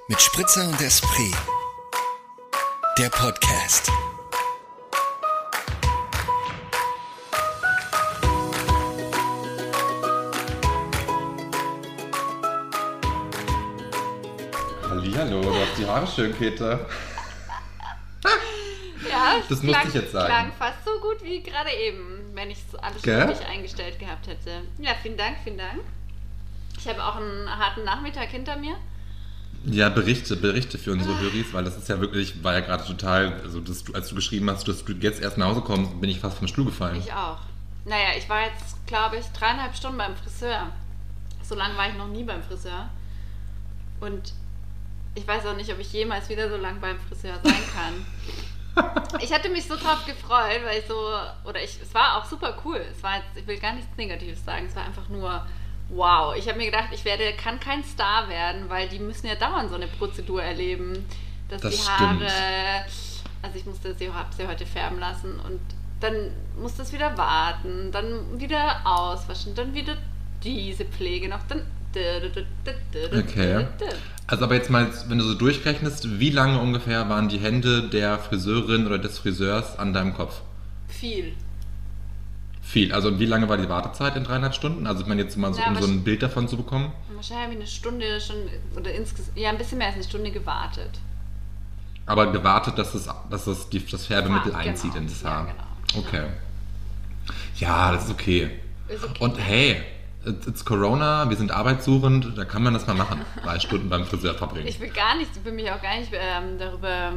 Mit Spritzer und Esprit. Der Podcast. Hallihallo, du hast die Haare schön, Peter. Ja, das musste ich jetzt sagen. Klang fast so gut wie gerade eben, wenn ich so alles schon richtig eingestellt gehabt hätte. Ja, vielen Dank, vielen Dank. Ich habe auch einen harten Nachmittag hinter mir. Ja, Berichte für unsere Höris, weil das ist ja wirklich, war ja gerade total, also als du geschrieben hast, dass du jetzt erst nach Hause kommst, bin ich fast vom Stuhl gefallen. Ich auch. Naja, ich war jetzt, glaube ich, 3,5 Stunden beim Friseur. So lange war ich noch nie beim Friseur. Und ich weiß auch nicht, ob ich jemals wieder so lange beim Friseur sein kann. Ich hatte mich so drauf gefreut, weil es war auch super cool. Es war jetzt, ich will gar nichts Negatives sagen, es war einfach nur wow. Ich habe mir gedacht, kann kein Star werden, weil die müssen ja dauernd so eine Prozedur erleben, dass das die Haare, stimmt. also ich habe sie heute färben lassen und dann musste es wieder warten, dann wieder auswaschen, dann wieder diese Pflege noch, dann Okay. Also aber jetzt mal, wenn du so durchrechnest, wie lange ungefähr waren die Hände der Friseurin oder des Friseurs an deinem Kopf? Viel. Also und wie lange war die Wartezeit in 3,5 Stunden? Also ich meine jetzt mal so, um so ein Bild davon zu bekommen. Wahrscheinlich habe ich eine Stunde schon, oder insgesamt, ja ein bisschen mehr als eine Stunde gewartet. Aber gewartet, dass das Färbemittel einzieht genau. in das Haar. Ja, genau. Okay. Ja, das ist okay. Und hey, it's Corona, wir sind arbeitssuchend, da kann man das mal machen. 3 Stunden beim Friseur verbringen. Ich will mich auch gar nicht darüber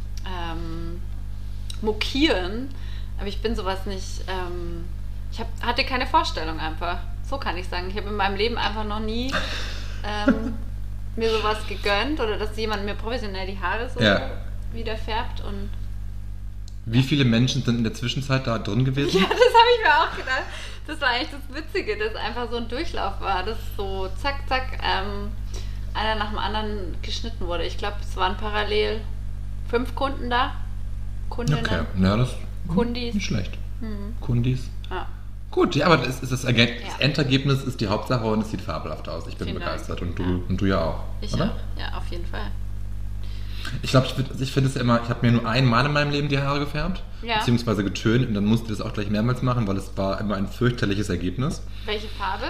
mokieren, aber ich bin sowas nicht, hatte keine Vorstellung einfach. So kann ich sagen. Ich habe in meinem Leben einfach noch nie mir sowas gegönnt oder dass jemand mir professionell die Haare so wieder färbt. Und wie viele Menschen sind in der Zwischenzeit da drin gewesen? ja, das habe ich mir auch gedacht. Das war eigentlich das Witzige, dass einfach so ein Durchlauf war, dass so zack, zack, einer nach dem anderen geschnitten wurde. Ich glaube, es waren parallel 5 Kunden da. Kundinnen. Okay, ja, das Kundis. Nicht schlecht. Mhm. Kundis. Ja. Gut, ja, aber das Endergebnis ist die Hauptsache und es sieht fabelhaft aus. Ich bin Vielen begeistert Dank. Und du ja auch. Ich oder? auch. Ja, auf jeden Fall. Ich glaube, ich finde es immer, ich habe mir nur einmal in meinem Leben die Haare gefärbt, beziehungsweise getönt und dann musste ich das auch gleich mehrmals machen, weil es war immer ein fürchterliches Ergebnis. Welche Farbe?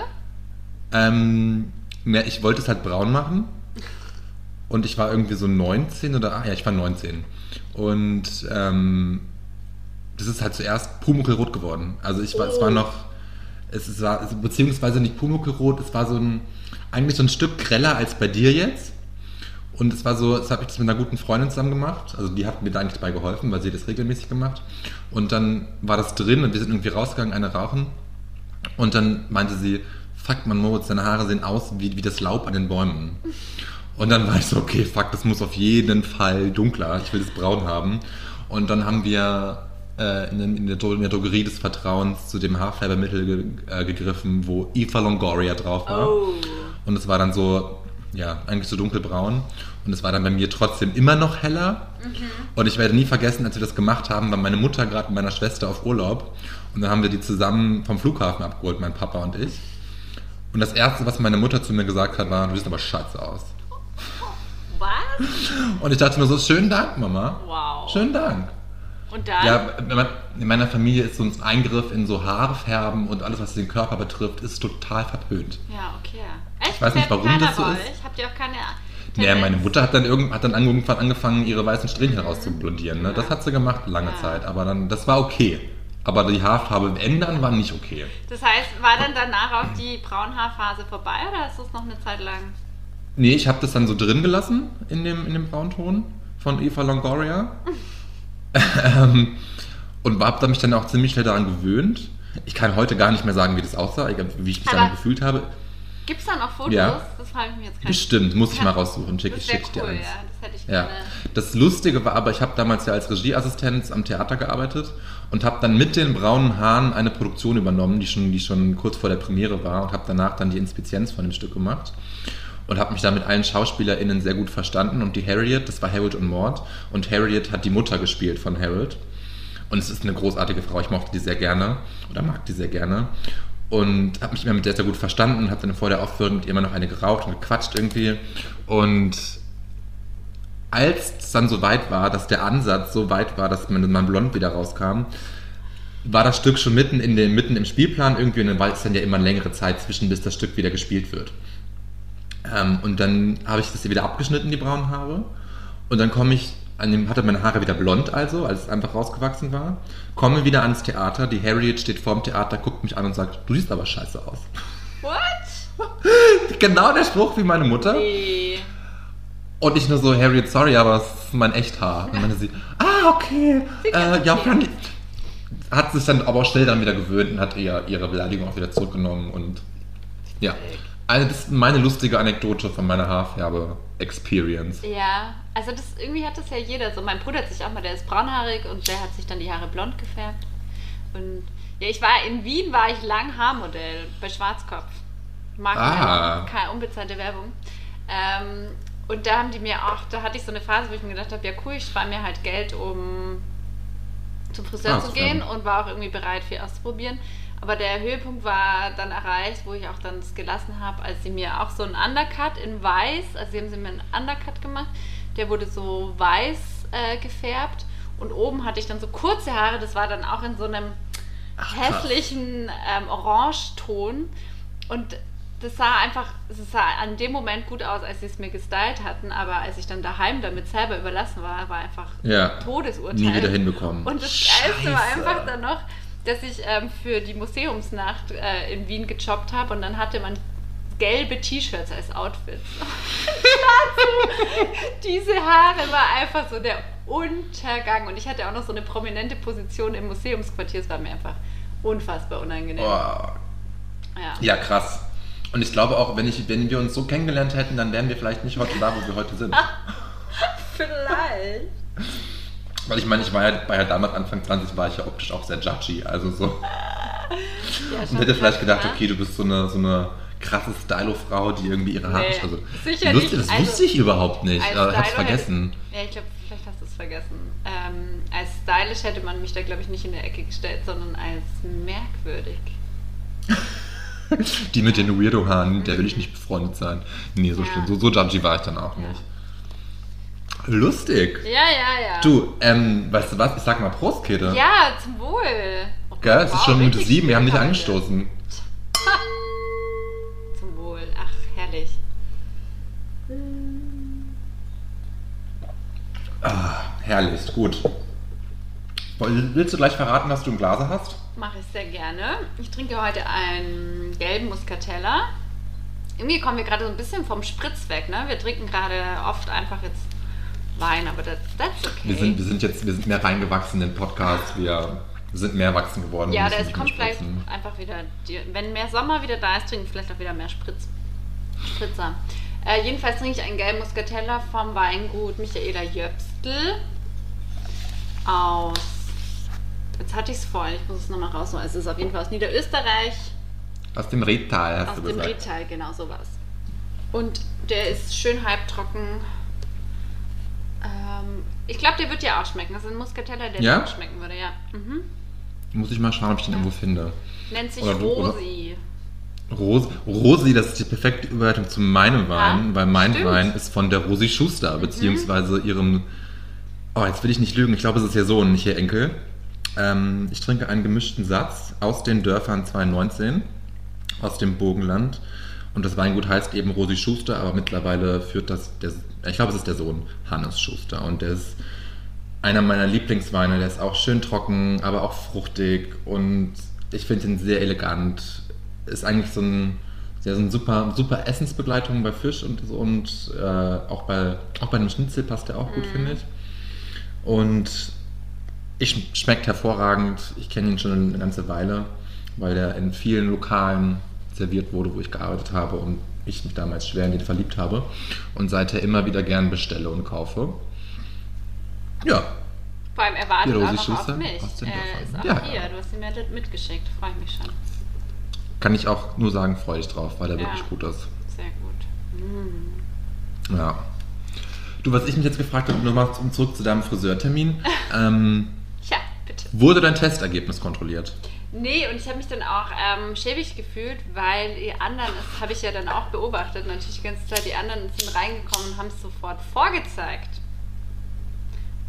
Ich wollte es halt braun machen und ich war irgendwie so 19 ich war 19 und das ist halt zuerst Pumuckl-rot geworden. Also es war beziehungsweise nicht Pumuckl-rot, es war eigentlich so ein Stück greller als bei dir jetzt. Und es war so, das habe ich das mit einer guten Freundin zusammen gemacht. Also die hat mir da eigentlich dabei geholfen, weil sie das regelmäßig gemacht. Und dann war das drin und wir sind irgendwie rausgegangen, eine rauchen. Und dann meinte sie, fuck man Moritz, deine Haare sehen aus wie das Laub an den Bäumen. Und dann war ich so, okay, fuck, das muss auf jeden Fall dunkler. Ich will das braun haben. Und dann haben wir in der Drogerie des Vertrauens zu dem Haarfärbemittel gegriffen, wo Eva Longoria drauf war. Oh. Und es war dann so, ja, eigentlich so dunkelbraun. Und es war dann bei mir trotzdem immer noch heller. Mhm. Und ich werde nie vergessen, als wir das gemacht haben, war meine Mutter gerade mit meiner Schwester auf Urlaub. Und dann haben wir die zusammen vom Flughafen abgeholt, mein Papa und ich. Und das Erste, was meine Mutter zu mir gesagt hat, war, du siehst aber scheiße aus. Was? Und ich dachte mir so, schönen Dank, Mama. Wow. Schönen Dank. Und dann? Ja, in meiner Familie ist so ein Eingriff in so Haarfärben und alles, was den Körper betrifft, ist total verpönt. Ja, okay. Echt? Ich weiß nicht, warum das so ist. Habt ihr auch keine Ja, meine Mutter hat dann irgendwann angefangen, ihre weißen Strähnchen rauszublondieren. Ne? Ja. Das hat sie gemacht, lange Zeit. Aber das war okay. Aber die Haarfarbe ändern war nicht okay. Das heißt, war dann danach auch die Braunhaarphase vorbei oder hast du es noch eine Zeit lang? Nee, ich habe das dann so drin gelassen in dem Braunton von Eva Longoria. Und habe mich dann auch ziemlich schnell daran gewöhnt. Ich kann heute gar nicht mehr sagen, wie das aussah, wie ich mich daran gefühlt habe. Gibt es da noch Fotos? Ja. Das frage ich mich jetzt gar nicht. Bestimmt, muss ich mal raussuchen. Schick ich dir eins. Ja, das hätte ich gerne. Das Lustige war aber, ich habe damals ja als Regieassistent am Theater gearbeitet und habe dann mit den braunen Haaren eine Produktion übernommen, die schon kurz vor der Premiere war und habe danach dann die Inspizienz von dem Stück gemacht. Und habe mich da mit allen SchauspielerInnen sehr gut verstanden. Und die Harriet, das war Harold und Maude. Und Harriet hat die Mutter gespielt von Harold. Und es ist eine großartige Frau. Ich mochte die sehr gerne. Oder mag die sehr gerne. Und habe mich immer mit der sehr gut verstanden. Und habe dann vor der Aufführung mit ihr immer noch eine geraucht und gequatscht irgendwie. Und als es dann so weit war, dass der Ansatz so weit war, dass mein Blond wieder rauskam, war das Stück schon mitten im Spielplan irgendwie und dann war es dann ja immer eine längere Zeit zwischen, bis das Stück wieder gespielt wird. Und dann habe ich das wieder abgeschnitten, die braunen Haare. Und dann hatte meine Haare wieder blond als es einfach rausgewachsen war. Komme wieder ans Theater, die Harriet steht vorm Theater, guckt mich an und sagt, du siehst aber scheiße aus. What? Genau der Spruch wie meine Mutter. Nee. Und ich nur so, Harriet, sorry, aber es ist mein Echthaar. Und dann meinte sie, okay. Hat sich dann aber auch schnell dann wieder gewöhnt und hat ihre Beleidigung auch wieder zurückgenommen. Und ja, das ist meine lustige Anekdote von meiner Haarfärbe-Experience. Ja, also irgendwie hat das ja jeder so. Mein Bruder hat sich auch mal, der ist braunhaarig und der hat sich dann die Haare blond gefärbt. Und ja, in Wien war ich lang Haarmodell bei Schwarzkopf. Keine unbezahlte Werbung. Und da haben die mir auch, da hatte ich so eine Phase, wo ich mir gedacht habe, ja cool, ich spare mir halt Geld, um zum Friseur zu gehen und war auch irgendwie bereit, viel auszuprobieren. Aber der Höhepunkt war dann erreicht, wo ich auch dann es gelassen habe, als sie mir auch so einen Undercut in weiß, also sie haben mir einen Undercut gemacht, der wurde so weiß gefärbt und oben hatte ich dann so kurze Haare, das war dann auch in so einem hässlichen Orangeton und das sah an dem Moment gut aus, als sie es mir gestylt hatten, aber als ich dann daheim damit selber überlassen war einfach Todesurteil. Nie wieder hinbekommen. Und das Geilste war einfach dann noch, dass ich für die Museumsnacht in Wien gejobbt habe und dann hatte man gelbe T-Shirts als Outfits. Diese Haare war einfach so der Untergang und ich hatte auch noch so eine prominente Position im Museumsquartier, es war mir einfach unfassbar unangenehm. Wow. Ja, krass. Und ich glaube auch, wenn wir uns so kennengelernt hätten, dann wären wir vielleicht nicht heute da, wo wir heute sind. Vielleicht. Weil ich meine, war ja damals Anfang 20, war ich ja optisch auch sehr judgy, also so. Ja, und hätte vielleicht gedacht, okay, du bist so eine krasse Stylo-Frau, die irgendwie ihre Haare... Das wusste ich überhaupt nicht, aber ich hab's vergessen. Ich glaube, vielleicht hast du es vergessen. Als stylisch hätte man mich da, glaube ich, nicht in der Ecke gestellt, sondern als merkwürdig. Die mit den Weirdo-Haaren, der will ich nicht befreundet sein. Nee, so schlimm. So judgy war ich dann auch nicht. Lustig. Ja. Du, weißt du was? Ich sag mal Prost, Käthe. Ja, zum Wohl. Gell, es ist schon Minute 7, wir haben nicht angestoßen. Zum Wohl. Ach, herrlich. Herrlich, gut. Willst du gleich verraten, was du im Glase hast? Mache ich sehr gerne. Ich trinke heute einen gelben Muscatella. Irgendwie kommen wir gerade so ein bisschen vom Spritz weg, ne? Wir trinken gerade oft einfach jetzt Wein, aber that's okay. Wir sind mehr reingewachsen in den Podcast, wir sind mehr erwachsen geworden. Ja, es kommt vielleicht einfach wieder, wenn mehr Sommer wieder da ist, trinken wir vielleicht auch wieder mehr Spritzer. Jedenfalls trinke ich einen gelben Muscatella vom Weingut Michaela Jöpstl aus, jetzt hatte ich es vorhin, ich muss es nochmal rausholen, es ist auf jeden Fall aus Niederösterreich. Aus dem Riedtal, hast du gesagt. Aus dem Riedtal, genau, sowas. Und der ist schön halbtrocken. Ich glaube, der wird dir auch schmecken. Das ist ein Muscatella, der dir auch schmecken würde, ja. Mhm. Muss ich mal schauen, ob ich den irgendwo finde. Nennt sich Rosi. Rosi, das ist die perfekte Überleitung zu meinem Wein, weil mein Wein ist von der Rosi Schuster, beziehungsweise ihrem... Oh, jetzt will ich nicht lügen, ich glaube, es ist ihr Sohn, nicht ihr Enkel. Ich trinke einen gemischten Satz aus den Dörfern 219, aus dem Burgenland. Und das Weingut heißt eben Rosi Schuster, aber mittlerweile führt ich glaube, es ist der Sohn, Hannes Schuster. Und der ist einer meiner Lieblingsweine. Der ist auch schön trocken, aber auch fruchtig. Und ich finde ihn sehr elegant. Ist eigentlich so eine super Essensbegleitung bei Fisch und so. Und auch bei einem Schnitzel passt der auch gut, finde ich. Und schmeckt hervorragend. Ich kenne ihn schon eine ganze Weile, weil der in vielen Lokalen serviert wurde, wo ich gearbeitet habe und ich mich damals schwer in den verliebt habe und seither immer wieder gern bestelle und kaufe. Ja. Vor allem erwartet auch noch auf mich. Ist auch hier, du hast ihn mir mitgeschickt, freue ich mich schon. Kann ich auch nur sagen, freue dich drauf, weil der wirklich gut ist. Sehr gut. Ja. Du, was ich mich jetzt gefragt habe, nochmal zurück zu deinem Friseurtermin. Ja, bitte. Wurde dein Testergebnis kontrolliert? Nee, und ich habe mich dann auch schäbig gefühlt, weil die anderen, das habe ich ja dann auch beobachtet, natürlich die ganze Zeit, die anderen sind reingekommen und haben es sofort vorgezeigt.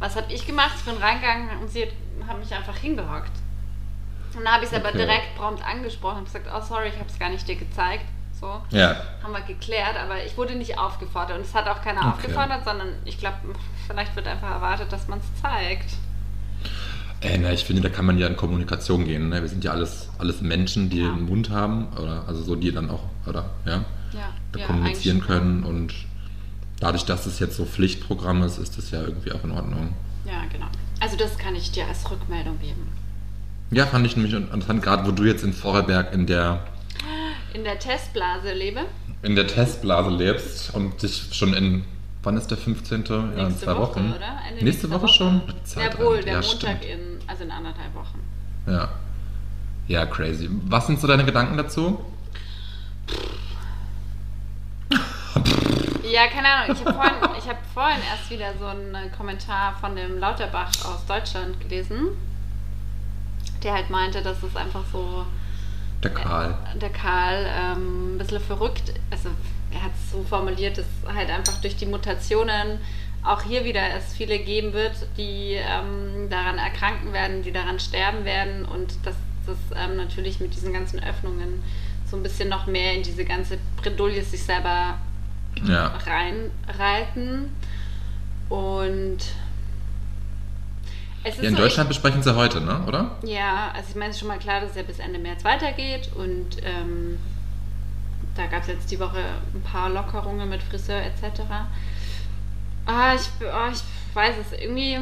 was habe ich gemacht? Ich bin reingegangen und sie haben mich einfach hingehockt. Und dann habe ich es aber direkt prompt angesprochen und gesagt, oh sorry, ich habe es gar nicht dir gezeigt. So, haben wir geklärt, aber ich wurde nicht aufgefordert und es hat auch keiner aufgefordert, sondern ich glaube, vielleicht wird einfach erwartet, dass man es zeigt. Ich finde, da kann man ja in Kommunikation gehen. Ne? Wir sind ja alles Menschen, die einen Mund haben, oder also so, die dann auch, kommunizieren können. Und dadurch, dass es jetzt so Pflichtprogramm ist, ist das ja irgendwie auch in Ordnung. Ja, genau. Also das kann ich dir als Rückmeldung geben. Ja, fand ich nämlich interessant, gerade wo du jetzt in Vorarlberg in der Testblase lebe. In der Testblase lebst und dich schon in, wann ist der 15.? Ja, in 2 Wochen. Oder? Nächste Woche schon? Jawohl, der Montag in 1,5 Wochen. Ja. Ja, crazy. Was sind so deine Gedanken dazu? Ja, keine Ahnung. Ich hab vorhin erst wieder so einen Kommentar von dem Lauterbach aus Deutschland gelesen, der halt meinte, dass es einfach so... Der Karl, ein bisschen verrückt, also er hat es so formuliert, dass halt einfach durch die Mutationen auch hier wieder es viele geben wird, die daran erkranken werden, die daran sterben werden und dass das natürlich mit diesen ganzen Öffnungen so ein bisschen noch mehr in diese ganze Bredouille sich selber reinreiten. Und es ist in Deutschland besprechen sie heute, ne? Oder? Ja, also ich meine, es ist schon mal klar, dass es ja bis Ende März weitergeht und da gab es jetzt die Woche ein paar Lockerungen mit Friseur etc. Ich weiß es irgendwie...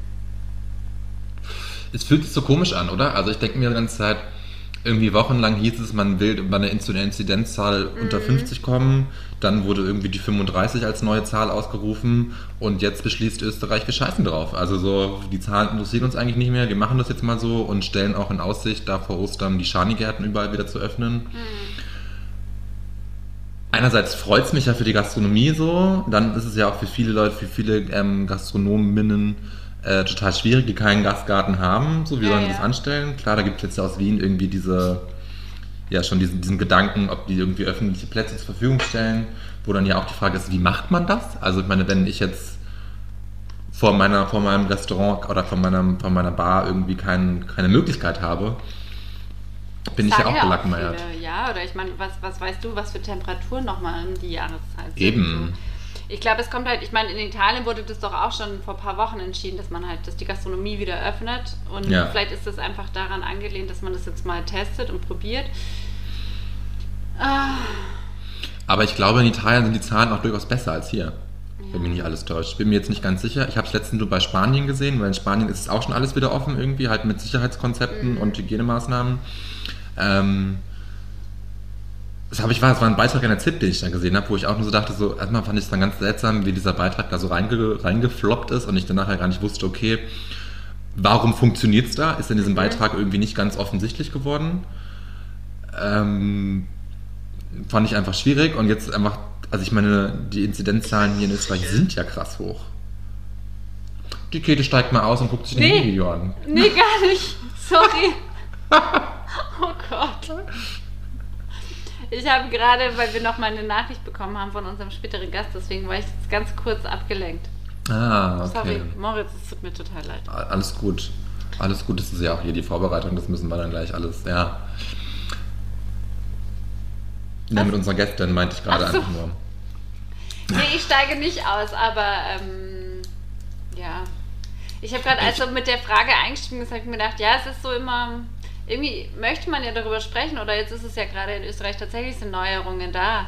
Es fühlt sich so komisch an, oder? Also ich denke mir die ganze Zeit, irgendwie wochenlang hieß es, man will bei einer Inzidenzzahl unter 50 kommen, dann wurde irgendwie die 35 als neue Zahl ausgerufen und jetzt beschließt Österreich, wir scheißen drauf. Also so, die Zahlen interessieren uns eigentlich nicht mehr, wir machen das jetzt mal so und stellen auch in Aussicht, da vor Ostern die Schanigärten überall wieder zu öffnen. Einerseits freut es mich ja für die Gastronomie so, dann ist es ja auch für viele Leute, für viele Gastronominnen total schwierig, die keinen Gastgarten haben, so wie sollen die das anstellen? Klar, da gibt es jetzt aus Wien irgendwie diesen Gedanken, ob die irgendwie öffentliche Plätze zur Verfügung stellen, wo dann ja auch die Frage ist, wie macht man das? Also ich meine, wenn ich jetzt vor meinem Restaurant oder vor meiner Bar irgendwie keine Möglichkeit habe, bin ich ja auch gelackmeiert. Ja, oder ich meine, was weißt du, was für Temperaturen nochmal in die Jahreszeit sind? Eben. So. Ich glaube, es kommt halt, ich meine, in Italien wurde das doch auch schon vor ein paar Wochen entschieden, dass die Gastronomie wieder öffnet. Und vielleicht ist das einfach daran angelehnt, dass man das jetzt mal testet und probiert. Aber ich glaube, in Italien sind die Zahlen auch durchaus besser als hier. Wenn mich nicht alles täuscht. Ich bin mir jetzt nicht ganz sicher. Ich habe es letztens nur bei Spanien gesehen, weil in Spanien ist es auch schon alles wieder offen irgendwie, halt mit Sicherheitskonzepten und Hygienemaßnahmen. Es war ein Beitrag in der ZIP, den ich dann gesehen habe, wo ich auch nur so dachte, so erstmal fand ich es dann ganz seltsam, wie dieser Beitrag da so reingefloppt ist und ich dann nachher gar nicht wusste, okay, warum funktioniert es da? Ist in diesem Beitrag irgendwie nicht ganz offensichtlich geworden. Fand ich einfach schwierig und jetzt einfach, also ich meine, die Inzidenzzahlen hier in Österreich sind ja krass hoch. Die Käthe steigt mal aus und guckt sich ein Video an. Nee, gar nicht. Sorry. Oh Gott. Ich habe gerade, weil wir noch mal eine Nachricht bekommen haben von unserem späteren Gast, deswegen war ich jetzt ganz kurz abgelenkt. Okay. Sorry, Moritz, es tut mir total leid. Alles gut. Alles gut, das ist ja auch hier die Vorbereitung, das müssen wir dann gleich alles, Ja, mit unserer Gästin meinte ich gerade einfach nur. Nee, ich steige nicht aus, aber ja. Ich habe gerade, als du mit der Frage eingestiegen bist, habe ich mir gedacht, ja, es ist so immer... Irgendwie möchte man ja darüber sprechen, oder jetzt ist es ja gerade in Österreich tatsächlich sind Neuerungen da.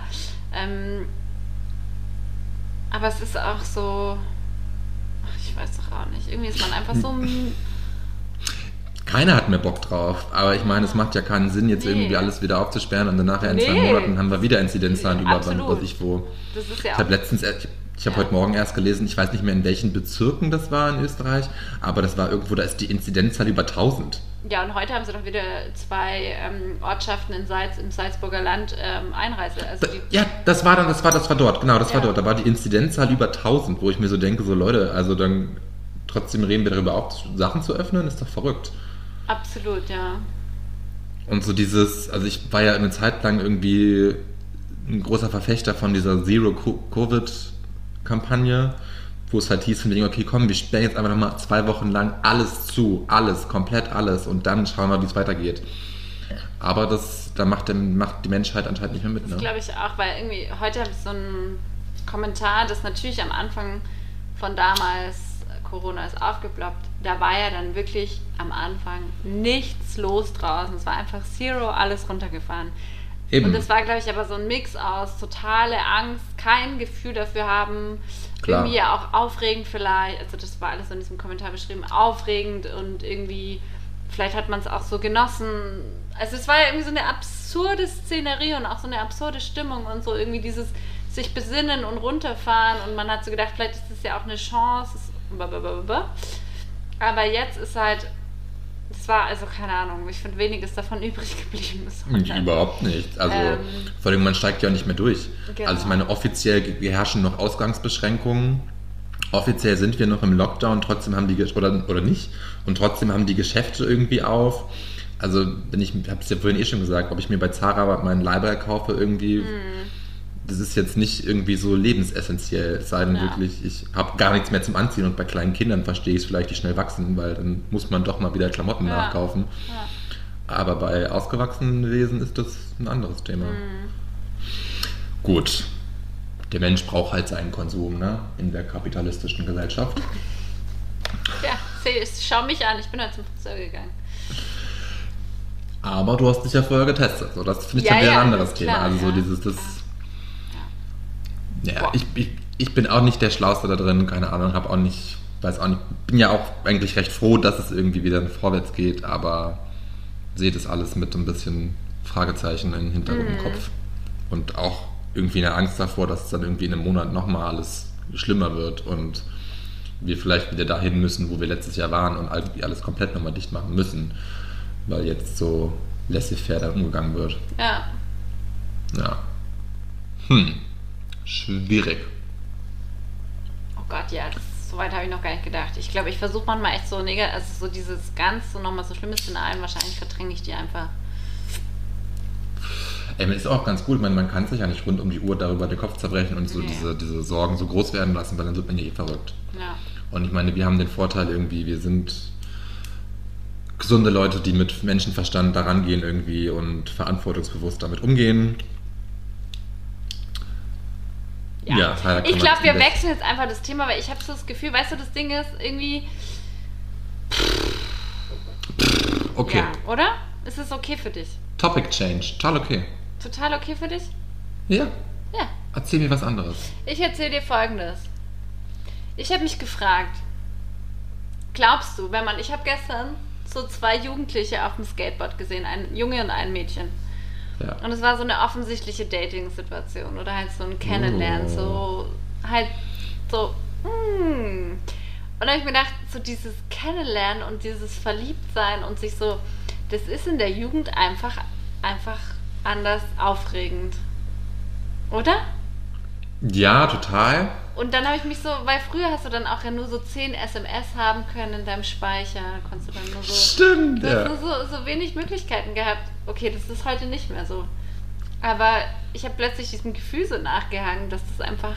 Aber es ist auch so, ich weiß doch auch nicht, irgendwie ist man einfach so... Keiner hat mehr Bock drauf, aber ich meine, es macht ja keinen Sinn, jetzt irgendwie alles wieder aufzusperren und dann nachher in 2 Monaten haben wir wieder Inzidenzzahlen über was ich wo. Das ist ja ich habe heute Morgen erst gelesen, ich weiß nicht mehr in welchen Bezirken das war in Österreich, aber das war irgendwo, da ist die Inzidenzzahl über 1000. Ja, und heute haben sie doch wieder 2 Ortschaften im Salzburger Land Einreise. Also das war dort, genau, das war dort. Da war die Inzidenzzahl über 1000, wo ich mir so denke, so Leute, also dann trotzdem reden wir darüber, auch Sachen zu öffnen, ist doch verrückt. Absolut, ja. Und so also ich war ja eine Zeit lang irgendwie ein großer Verfechter von dieser Zero-Covid-Kampagne, wo es halt hieß von wegen, okay, komm, wir sperren jetzt einfach nochmal 2 Wochen lang alles zu, alles, komplett alles und dann schauen wir, wie es weitergeht. Aber da macht die Menschheit anscheinend nicht mehr mit, ne? Das glaube ich auch, weil irgendwie, heute habe ich so einen Kommentar, das natürlich am Anfang von damals, Corona ist aufgeploppt, da war ja dann wirklich am Anfang nichts los draußen. Es war einfach zero, alles runtergefahren. Eben. Und das war, glaube ich, aber so ein Mix aus totale Angst, kein Gefühl dafür haben, Klar. irgendwie ja auch aufregend vielleicht, also das war alles in diesem Kommentar beschrieben, aufregend und irgendwie, vielleicht hat man es auch so genossen. Also es war ja irgendwie so eine absurde Szenerie und auch so eine absurde Stimmung und so irgendwie dieses sich besinnen und runterfahren und man hat so gedacht, vielleicht ist es ja auch eine Chance, aber jetzt ist halt, das war also keine Ahnung, ich finde weniges davon übrig geblieben ist. Überhaupt nicht. Also vor allem, man steigt ja auch nicht mehr durch. Genau. Also ich meine, offiziell herrschen noch Ausgangsbeschränkungen. Offiziell sind wir noch im Lockdown, trotzdem haben die, oder nicht, und trotzdem haben die Geschäfte irgendwie auf. Also ich habe es ja vorhin schon gesagt, ob ich mir bei Zara meinen Leiberl kaufe irgendwie, das ist jetzt nicht irgendwie so lebensessentiell, es sei denn wirklich, ich habe gar nichts mehr zum Anziehen und bei kleinen Kindern verstehe ich es vielleicht, die schnell wachsen, weil dann muss man doch mal wieder Klamotten nachkaufen. Ja. Aber bei ausgewachsenen Wesen ist das ein anderes Thema. Gut, der Mensch braucht halt seinen Konsum, ne? In der kapitalistischen Gesellschaft. Ja, schau mich an, ich bin halt zum Friseur gegangen. Aber du hast dich ja vorher getestet, so, das finde ich dann wieder ein anderes Thema. Klar, also so dieses, ich bin auch nicht der Schlauste da drin, keine Ahnung, weiß auch nicht, bin ja auch eigentlich recht froh, dass es irgendwie wieder vorwärts geht, aber sehe das alles mit ein bisschen Fragezeichen im Hintergrund im Kopf und auch irgendwie eine Angst davor, dass es dann irgendwie in einem Monat nochmal alles schlimmer wird und wir vielleicht wieder dahin müssen, wo wir letztes Jahr waren und irgendwie alles komplett nochmal dicht machen müssen, weil jetzt so laissez-faire da umgegangen wird. Ja. Ja. Schwierig. Oh Gott, ja, so weit habe ich noch gar nicht gedacht. Ich glaube, ich versuche manchmal echt so also so dieses ganz so nochmal so schlimme Szenarien, wahrscheinlich verdränge ich die einfach. Ist auch ganz gut, man kann sich ja nicht rund um die Uhr darüber den Kopf zerbrechen und so diese Sorgen so groß werden lassen, weil dann wird man ja verrückt. Ja. Und ich meine, wir haben den Vorteil irgendwie, wir sind gesunde Leute, die mit Menschenverstand daran gehen irgendwie und verantwortungsbewusst damit umgehen. Ja, ich glaube, wir wechseln jetzt einfach das Thema, weil ich habe so das Gefühl, weißt du, das Ding ist irgendwie... Okay. Ja, oder? Ist es okay für dich? Topic Change, total okay. Total okay für dich? Ja. Ja. Erzähl mir was anderes. Ich erzähle dir Folgendes. Ich habe mich gefragt, glaubst du, ich habe gestern so 2 Jugendliche auf dem Skateboard gesehen, ein Junge und ein Mädchen. Ja. Und es war so eine offensichtliche Dating-Situation oder halt so ein Kennenlernen, so halt so, Und da habe ich mir gedacht, so dieses Kennenlernen und dieses Verliebtsein und sich so, das ist in der Jugend einfach anders aufregend. Oder? Ja, total. Und dann habe ich mich so, weil früher hast du dann auch ja nur so 10 SMS haben können in deinem Speicher, konntest du dann nur so... Stimmt, du hast nur so wenig Möglichkeiten gehabt. Okay, das ist heute nicht mehr so. Aber ich habe plötzlich diesem Gefühl so nachgehangen, dass das einfach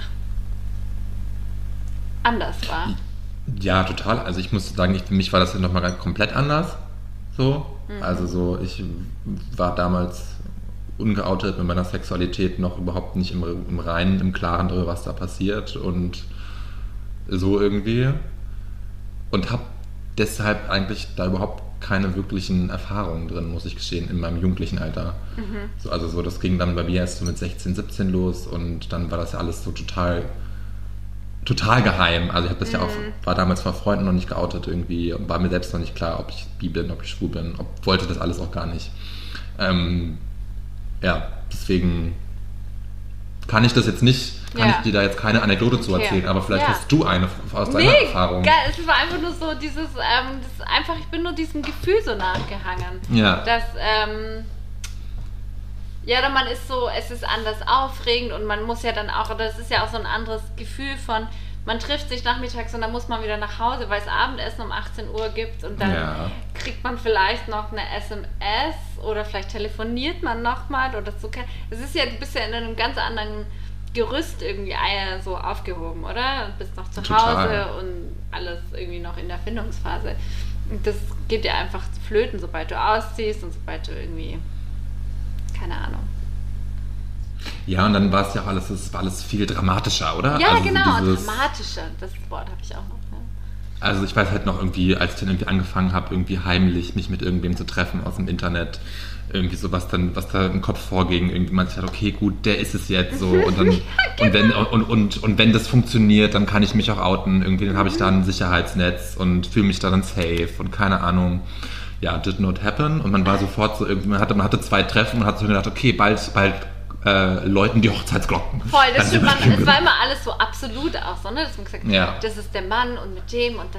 anders war. Ja, total. Also ich muss sagen, für mich war das ja nochmal komplett anders. So. Also so, ich war damals ungeoutet mit meiner Sexualität, noch überhaupt nicht im Reinen, im Klaren darüber, was da passiert und so irgendwie. Und habe deshalb eigentlich da überhaupt keine wirklichen Erfahrungen drin, muss ich gestehen, in meinem jugendlichen Alter. So, also so, das ging dann bei mir erst so mit 16, 17 los und dann war das ja alles so total geheim. Also ich habe das ja auch, war damals vor Freunden noch nicht geoutet irgendwie, war mir selbst noch nicht klar, ob ich bi bin, ob ich schwul bin, wollte das alles auch gar nicht. Deswegen kann ich das jetzt nicht, ich dir da jetzt keine Anekdote zu erzählen, aber vielleicht hast du eine aus deiner Erfahrung. Es war einfach nur so dieses, ich bin nur diesem Gefühl so nachgehangen. Ja. Dass, man ist so, es ist anders aufregend und man muss ja dann auch, oder es ist ja auch so ein anderes Gefühl von, man trifft sich nachmittags und dann muss man wieder nach Hause, weil es Abendessen um 18 Uhr gibt und dann kriegt man vielleicht noch eine SMS oder vielleicht telefoniert man nochmal oder so. Es ist ja, du bist ja in einem ganz anderen Gerüst irgendwie so aufgehoben, oder? Du bist noch zu Total. Hause und alles irgendwie noch in der Findungsphase. Und das geht dir einfach flöten, sobald du ausziehst und sobald du irgendwie, keine Ahnung. Ja, und dann war es ja auch alles, es war alles viel dramatischer, oder? Ja, also genau, so dieses, dramatischer. Das Wort habe ich auch noch. Ne? Also ich weiß halt noch irgendwie, als ich dann irgendwie angefangen habe, irgendwie heimlich mich mit irgendwem zu treffen aus dem Internet, irgendwie so, was da im Kopf vorging, irgendwie man sich halt, okay, gut, der ist es jetzt so und dann und wenn das funktioniert, dann kann ich mich auch outen, irgendwie, dann habe ich da ein Sicherheitsnetz und fühle mich da dann safe und keine Ahnung. Ja, did not happen und man war sofort so irgendwie, man hatte 2 Treffen und hat so gedacht, okay, bald läuten die Hochzeitsglocken. Voll, das Dann stimmt. sind wir- Es war immer alles so absolut auch so, ne? Dass man gesagt hat, Ja. das ist der Mann und mit dem und dann.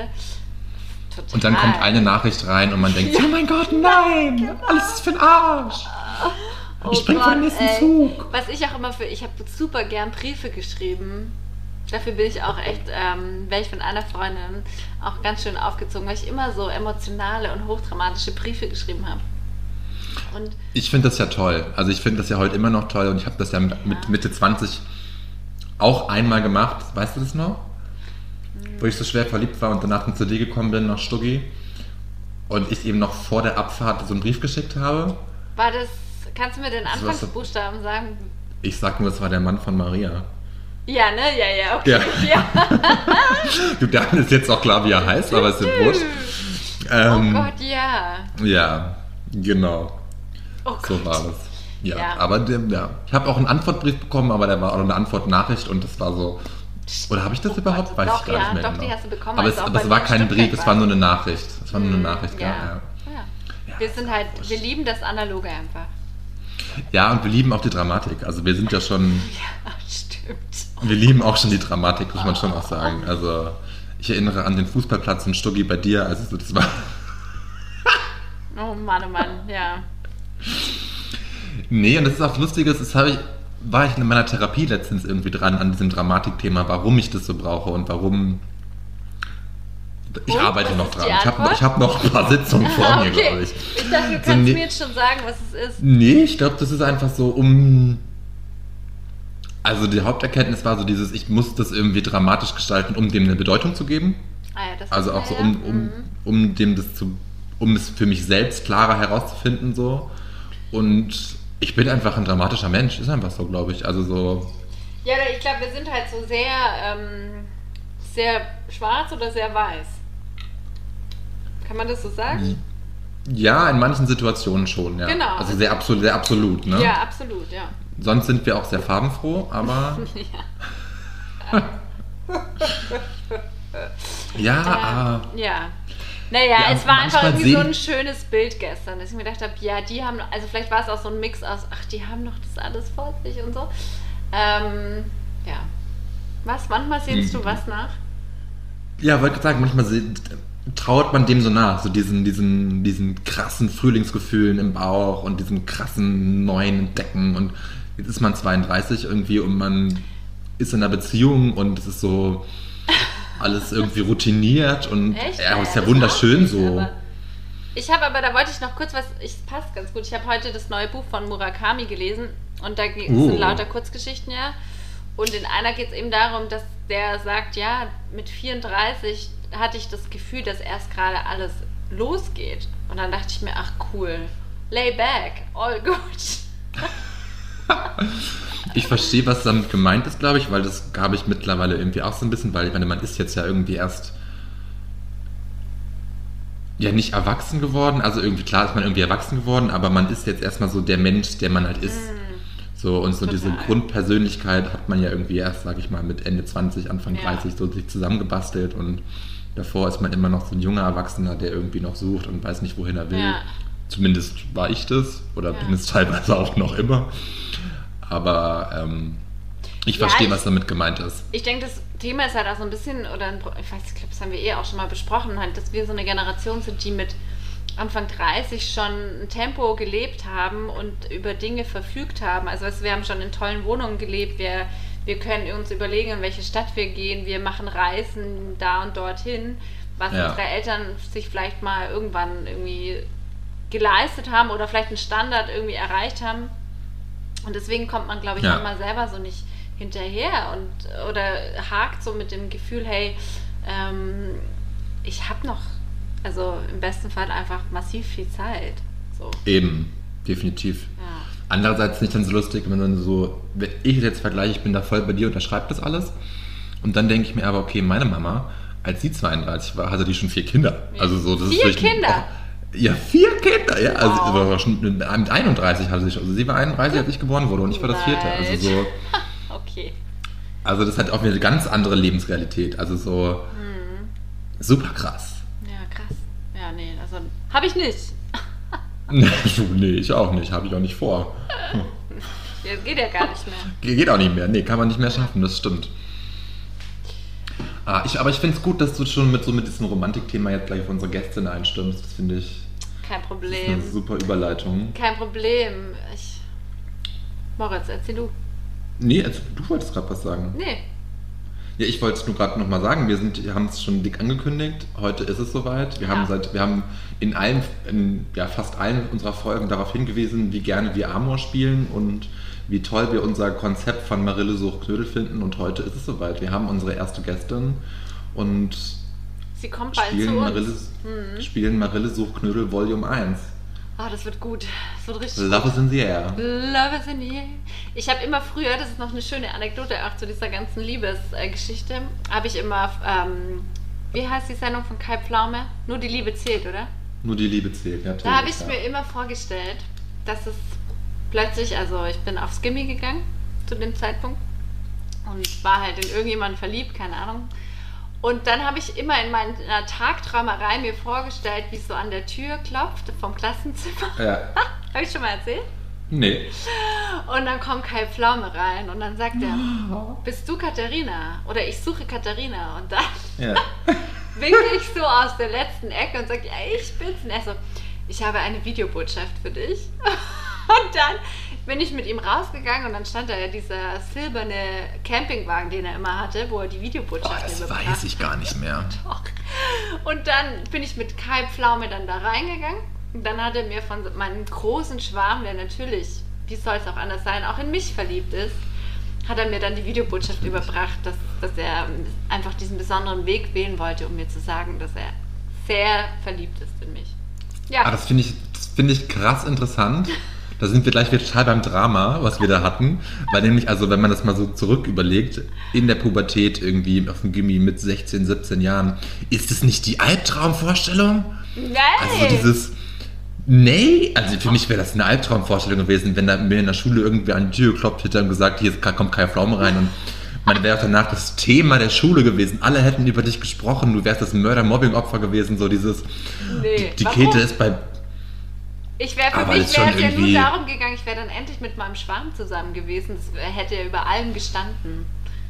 Total. Und dann kommt eine Nachricht rein und man denkt, oh mein Gott, nein, alles ist für den Arsch. Oh Ich spring vor den nächsten Zug. Was ich auch immer ich habe super gern Briefe geschrieben. Dafür bin ich auch echt, wäre ich von einer Freundin auch ganz schön aufgezogen, weil ich immer so emotionale und hochdramatische Briefe geschrieben habe. Und Ich finde das ja toll. Also ich finde das ja heute immer noch toll und ich habe das ja mit Mitte 20 auch einmal gemacht. Weißt du das noch? Wo ich so schwer verliebt war und danach zu dir gekommen bin nach Stuggi und ich eben noch vor der Abfahrt so einen Brief geschickt habe. war das, kannst du mir den war so- Anfangsbuchstaben sagen? Ich sag nur, es war der Mann von Maria. Ja, ne? Ja, okay. Ja. Ja. Du, da ist jetzt auch klar, wie er heißt, aber es ist wurscht. Oh Gott, ja. Ja, genau. Oh Gott. So war das. Ja, Ja. aber ich habe auch einen Antwortbrief bekommen, aber der war auch eine Antwortnachricht und das war so. Oder habe ich das überhaupt? Weiß Doch, ich gar ja, nicht mehr doch, genau. die hast du bekommen, Aber als es, du auch aber bei es war mir in kein Stuttgart Brief, es war nur eine Nachricht. Es war nur eine Nachricht, Ja. ja. Wir sind halt, wir lieben das Analoge einfach. Ja, und wir lieben auch die Dramatik. Also wir sind ja schon, Ja, stimmt. wir lieben auch schon die Dramatik, muss man schon auch sagen. Also ich erinnere an den Fußballplatz in Stuggi bei dir, also so, das war. Oh Mann, ja. Nee, und das ist auch Lustiges, war ich in meiner Therapie letztens irgendwie dran an diesem Dramatikthema, warum ich das so brauche und warum. Ich Und, arbeite was noch ist dran. die Antwort? Ich habe noch ein paar Sitzungen vor mir, glaube ich. Ich dachte, du So, kannst nee. mir jetzt schon sagen, was es ist. Nee, ich glaube, das ist einfach so Also die Haupterkenntnis war so dieses, ich muss das irgendwie dramatisch gestalten, um dem eine Bedeutung zu geben. Ah ja, das Also ist auch so, ja. um es für mich selbst klarer herauszufinden so. Und ich bin einfach ein dramatischer Mensch, ist einfach so, glaube ich. Also so. Ja, ich glaube, wir sind halt so sehr schwarz oder sehr weiß. Kann man das so sagen? Ja, in manchen Situationen schon, ja. Genau. Also sehr absolut, ne? Ja, absolut, ja. Sonst sind wir auch sehr farbenfroh, aber. Ja, aber. Ja. Naja, Ja, es war einfach manchmal irgendwie so sehen- ein schönes Bild gestern, dass ich mir gedacht habe, ja, die haben, also vielleicht war es auch so ein Mix aus, ach, die haben noch das alles vor sich und so. Ja. Was? Manchmal sehnst du was nach? Ja, wollte sagen, manchmal trauert man dem so nach, so diesen krassen Frühlingsgefühlen im Bauch und diesen krassen neuen Entdecken und jetzt ist man 32 irgendwie und man ist in einer Beziehung und es ist so alles irgendwie routiniert und Echt? ja, ist ja das wunderschön auch nicht, so. aber ich habe aber, da wollte ich noch kurz was, es passt ganz gut, ich habe heute das neue Buch von Murakami gelesen und da sind lauter Kurzgeschichten, ja. Und in einer geht es eben darum, dass der sagt, ja, mit 34 hatte ich das Gefühl, dass erst gerade alles losgeht. Und dann dachte ich mir, ach cool, lay back, all good. Ich verstehe, was damit gemeint ist, glaube ich, weil das habe ich mittlerweile irgendwie auch so ein bisschen, weil ich meine, man ist jetzt ja irgendwie erst ja nicht erwachsen geworden, also irgendwie klar ist man irgendwie erwachsen geworden, aber man ist jetzt erstmal so der Mensch, der man halt ist. So, und so Total. diese Grundpersönlichkeit hat man ja irgendwie erst, sag ich mal, mit Ende 20, Anfang 30 so sich zusammengebastelt und davor ist man immer noch so ein junger Erwachsener, der irgendwie noch sucht und weiß nicht, wohin er will. Ja. Zumindest war ich das oder bin es teilweise auch noch immer. Aber ich Ja, verstehe, was damit gemeint ist. Ich denke, das Thema ist halt auch so ein bisschen, ich glaube, das haben wir auch schon mal besprochen, halt, dass wir so eine Generation sind, die mit Anfang 30 schon ein Tempo gelebt haben und über Dinge verfügt haben. Also wir haben schon in tollen Wohnungen gelebt, wir können uns überlegen, in welche Stadt wir gehen, wir machen Reisen da und dorthin, was unsere Eltern sich vielleicht mal irgendwann irgendwie geleistet haben oder vielleicht einen Standard irgendwie erreicht haben. Und deswegen kommt man, glaube ich, manchmal selber so nicht hinterher oder hakt so mit dem Gefühl, hey, ich habe noch, also im besten Fall einfach massiv viel Zeit. So. Eben, definitiv. Ja. Andererseits nicht dann so lustig, wenn ich jetzt vergleiche, ich bin da voll bei dir, unterschreibt das alles. Und dann denke ich mir aber, okay, meine Mama, als sie 32 war, hatte die schon 4 Kinder. Ja. Also so, das 4 ist Kinder? Ja, 4 Kinder, ja. Also Wow. war schon mit 31 hatte sie schon. Also sie war 31, als ich geboren wurde und ich war das 4. Also so. Okay. Also das hat auch wieder eine ganz andere Lebensrealität. Also so super krass. Ja, krass. Ja, nee, also habe ich nicht. Nee, ich auch nicht. Habe ich auch nicht vor. Ja, geht ja gar nicht mehr. Geht auch nicht mehr. Nee, kann man nicht mehr schaffen, das stimmt. Aber ich finde es gut, dass du schon mit diesem Romantikthema jetzt gleich auf unsere Gästin einstimmst. Das finde ich Kein eine Problem. super Überleitung. Kein Problem. Moritz, erzähl du. Nee, also, du wolltest gerade was sagen. Nee. Ja, ich wollte es nur gerade nochmal sagen. Wir haben es schon dick angekündigt. Heute ist es soweit. Wir haben in fast allen unserer Folgen darauf hingewiesen, wie gerne wir Amor spielen und wie toll wir unser Konzept von Marille sucht Knödel finden. Und heute ist es soweit. Wir haben unsere erste Gästin und Sie kommt bald zu uns. spielen Marille sucht Knödel Volume 1. Ah, das wird gut. Das wird richtig Love gut. is in the air. Love is in the air. Ich habe immer früher, das ist noch eine schöne Anekdote auch zu dieser ganzen Liebesgeschichte, habe ich immer, wie heißt die Sendung von Kai Pflaume? Nur die Liebe zählt, oder? Nur die Liebe zählt. Ja, Da habe ich mir immer vorgestellt, dass es plötzlich, also ich bin aufs Gimmi gegangen zu dem Zeitpunkt und war halt in irgendjemanden verliebt, keine Ahnung. Und dann habe ich immer in meiner Tagträumerei mir vorgestellt, wie es so an der Tür klopft vom Klassenzimmer. Ja. Habe ich schon mal erzählt? Nee. Und dann kommt Kai Pflaume rein und dann sagt er, bist du Katharina? Oder ich suche Katharina. Und dann Ja. winke ich so aus der letzten Ecke und sage, ja, ich bin's. Und er so, ich habe eine Videobotschaft für dich. Und dann bin ich mit ihm rausgegangen und dann stand da ja dieser silberne Campingwagen, den er immer hatte, wo er die Videobotschaft Das überbracht weiß ich gar nicht mehr. Doch. Und dann bin ich mit Kai Pflaume dann da reingegangen. Und dann hat er mir von meinem großen Schwarm, der natürlich, wie soll es auch anders sein, auch in mich verliebt ist, hat er mir dann die Videobotschaft überbracht, dass er einfach diesen besonderen Weg wählen wollte, um mir zu sagen, dass er sehr verliebt ist in mich. Ja. Das finde ich krass interessant. Da sind wir gleich wieder total beim Drama, was wir da hatten. Weil nämlich, also wenn man das mal so zurück überlegt, in der Pubertät irgendwie auf dem Gimmi mit 16, 17 Jahren, ist es nicht die Albtraumvorstellung? Nein! Also also für mich wäre das eine Albtraumvorstellung gewesen, wenn da mir in der Schule irgendwer an die Tür geklopft hätte und gesagt, hier kommt Kai Pflaume rein und man wäre auch danach das Thema der Schule gewesen. Alle hätten über dich gesprochen, du wärst das Mörder-Mobbing-Opfer gewesen, so dieses, Nee. die Warum? Käthe ist bei... Für Aber mich ist schon wäre es ja nur irgendwie- darum gegangen, ich wäre dann endlich mit meinem Schwarm zusammen gewesen. Das hätte ja über allem gestanden.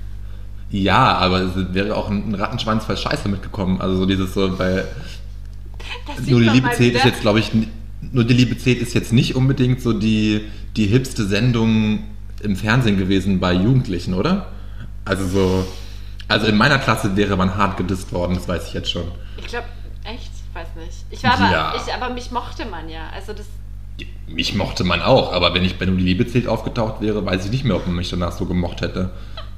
Ja, aber es wäre auch ein Rattenschwanz voll Scheiße mitgekommen. Also so dieses so, weil Das sieht nur die man Liebe mal zählt ist wieder. jetzt, glaube ich, nur die Liebe zählt ist jetzt nicht unbedingt so die hipste Sendung im Fernsehen gewesen bei Jugendlichen, oder? Also in meiner Klasse wäre man hart gedisst worden, das weiß ich jetzt schon. Ich glaube, echt? Ich weiß nicht. Ja. Aber mich mochte man ja. Also das. Mich mochte man auch, aber wenn ich bei nur die Liebe zählt aufgetaucht wäre, weiß ich nicht mehr, ob man mich danach so gemocht hätte.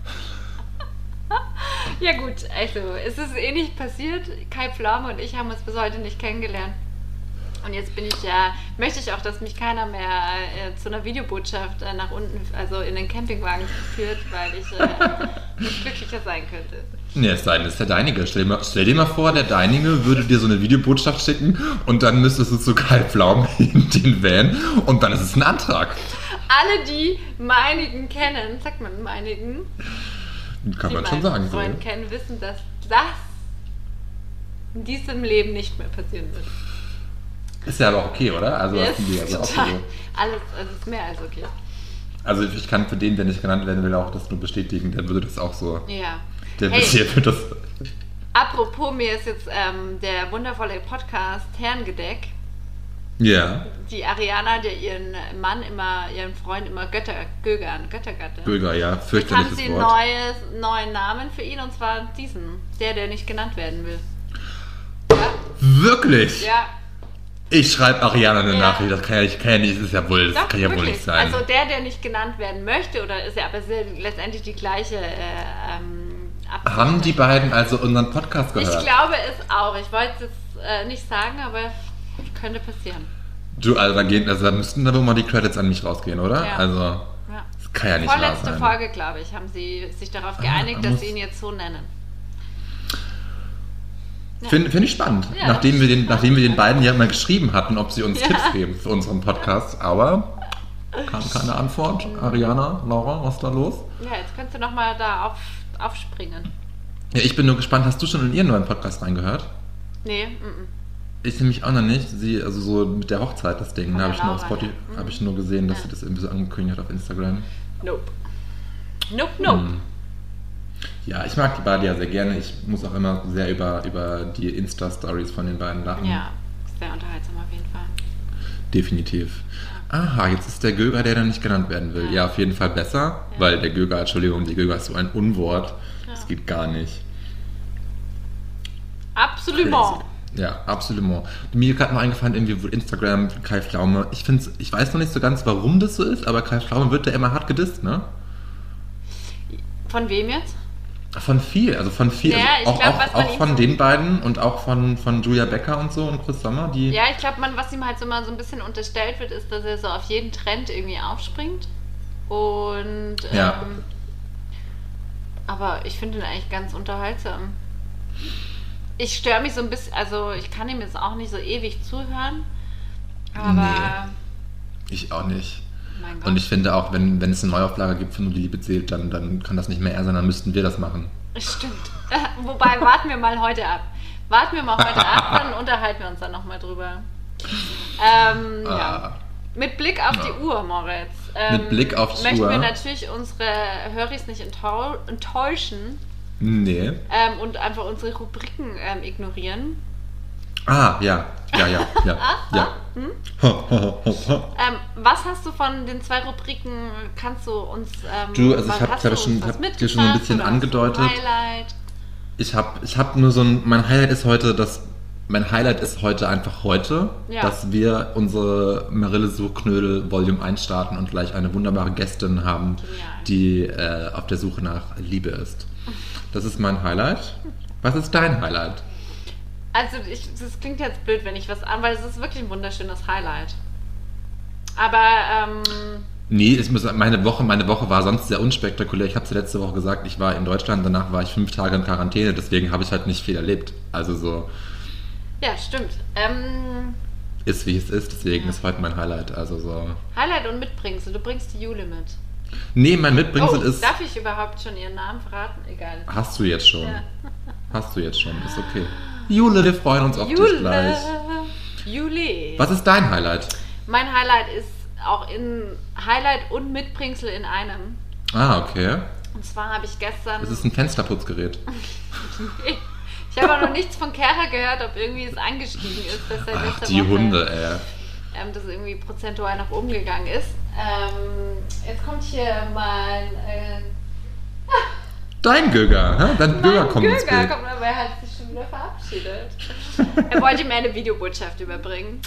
Ja gut, also es ist eh nicht passiert. Kai Pflaume und ich haben uns bis heute nicht kennengelernt. Und jetzt möchte ich auch, dass mich keiner mehr zu einer Videobotschaft nach unten, also in den Campingwagen führt, weil ich nicht glücklicher sein könnte. Nee, es sei denn, das ist der Deinige. Stell dir mal vor, der Deinige würde dir so eine Videobotschaft schicken und dann müsstest du zu Kai Pflaume in den Van und dann ist es ein Antrag. Alle, die meinigen kennen, sagt man meinigen, Kann die man schon meinen sagen. So. Freund kennen, wissen, dass das in diesem Leben nicht mehr passieren wird. Ist ja aber auch okay, oder? Also, Ja, das sind die also auch total. so. Alles, also ist mehr als okay. Also ich kann für den, der nicht genannt werden will, auch das nur bestätigen. Der würde das auch so. Ja. Der Hey. wird das. Apropos, mir ist jetzt der wundervolle Podcast Herrengedeck. Ja. Die Ariana, der ihren Freund immer Göttergatte. Bürger, ja. Jetzt haben Fürchterliches sie einen Wort. neuen Namen für ihn und zwar diesen. Der nicht genannt werden will. Ja, Wirklich? ja. Ich schreibe Ariana eine Nachricht, das kann ja nicht, das ist ja wohl, das Doch, kann ja wohl wirklich. nicht sein. Also der nicht genannt werden möchte, oder ist ja aber letztendlich die gleiche Absicht. Haben die beiden also unseren Podcast gehört? Ich glaube es auch. Ich wollte es jetzt nicht sagen, aber könnte passieren. Du, also da müssten da wohl mal die Credits an mich rausgehen, oder? Ja. Also, Ja. das kann ja nicht wahr Vorletzte sein. Folge, glaube ich, haben sie sich darauf geeinigt, dass muss- sie ihn jetzt so nennen. Finde ich spannend. Ja, nachdem wir den beiden ja mal geschrieben hatten, ob sie uns Ja. Tipps geben für unseren Podcast, aber kam keine Antwort. Ariana, Laura, was ist da los? Ja, jetzt könntest du nochmal da aufspringen. Ja, ich bin nur gespannt, hast du schon in ihren neuen Podcast reingehört? Nee, Ich nämlich auch noch nicht. Sie, also so mit der Hochzeit, das Ding, Von da der habe ich nur auf Laura, Spotify, ja. habe ich nur gesehen, dass Ja. sie das irgendwie so angekündigt hat auf Instagram. Nope. Nope. Ja, ich mag die beiden ja sehr gerne. Ich muss auch immer sehr über die Insta-Stories von den beiden lachen. Ja, sehr unterhaltsam auf jeden Fall. Definitiv. Aha, jetzt ist der Göger, der dann nicht genannt werden will. Ja, auf jeden Fall besser, weil der Göger, Entschuldigung, der Göger ist so ein Unwort. Das geht gar nicht. Absolut. Crazy. Ja, absolut. Mir gerade noch eingefallen, irgendwie Instagram, Kai Pflaume. Ich weiß noch nicht so ganz, warum das so ist, aber Kai Pflaume wird ja immer hart gedisst, ne? Von wem jetzt? Von viel. Ja, Also ich glaub, was man auch ihm von so- den beiden und auch von Julia Becker und so und Chris Sommer, die. Ja, ich glaube, was ihm halt so mal so ein bisschen unterstellt wird, ist, dass er so auf jeden Trend irgendwie aufspringt. Und Ja. aber ich finde ihn eigentlich ganz unterhaltsam. Ich störe mich so ein bisschen, also ich kann ihm jetzt auch nicht so ewig zuhören. Aber Ich auch nicht. mein Gott. Und ich finde auch, wenn es eine Neuauflage gibt von Nur die Liebe zählt, dann kann das nicht mehr er sein, dann müssten wir das machen. Stimmt. Wobei, warten wir mal heute ab. Dann unterhalten wir uns dann nochmal drüber. Ja. Mit Blick auf die Uhr, Moritz. Mit Blick auf die möchten Uhr. wir natürlich unsere Höris nicht enttäuschen Nee. und einfach unsere Rubriken ignorieren. Ja. Was hast du von den 2 Rubriken? Kannst du uns Du, also ich was- habe hast ja du schon, uns was hab dir schon ein bisschen mitgebracht oder hast du ein angedeutet. Highlight? Ich hab nur so mein Highlight ist heute einfach heute, Ja. dass wir unsere Marille Suchknödel Volume 1 starten und gleich eine wunderbare Gästin haben, die auf der Suche nach Liebe ist. Das ist mein Highlight. Was ist dein Highlight? Also, das klingt jetzt blöd, wenn ich was an, weil es ist wirklich ein wunderschönes Highlight. Aber, Nee, meine Woche war sonst sehr unspektakulär. Ich habe es ja letzte Woche gesagt, ich war in Deutschland, danach war ich 5 Tage in Quarantäne, deswegen habe ich halt nicht viel erlebt. Also so ja, stimmt. ist wie es ist, deswegen ist heute mein Highlight. Also so. Highlight und Mitbringsel. Du bringst die Jule mit. Nee, mein Mitbringsel ist. Darf ich überhaupt schon ihren Namen verraten? Egal. Hast du jetzt schon. Ja. Hast du jetzt schon, ist okay. Jule, wir freuen uns auf dich gleich. Jule. Was ist dein Highlight? Mein Highlight ist auch in Highlight und Mitbringsel in einem. Ah, okay. Und zwar habe ich gestern... Das ist ein Fensterputzgerät. Ich habe auch noch nichts von Kera gehört, ob irgendwie es angestiegen ist, dass er Ach, letzte die Woche, Hunde, ey. das irgendwie prozentual nach oben gegangen ist. Jetzt kommt hier mein... Dein Göger, hä? Dein Göger kommt ins Göger Bild. kommt, aber er hat sich schon wieder verabschiedet. Er wollte mir eine Videobotschaft überbringen.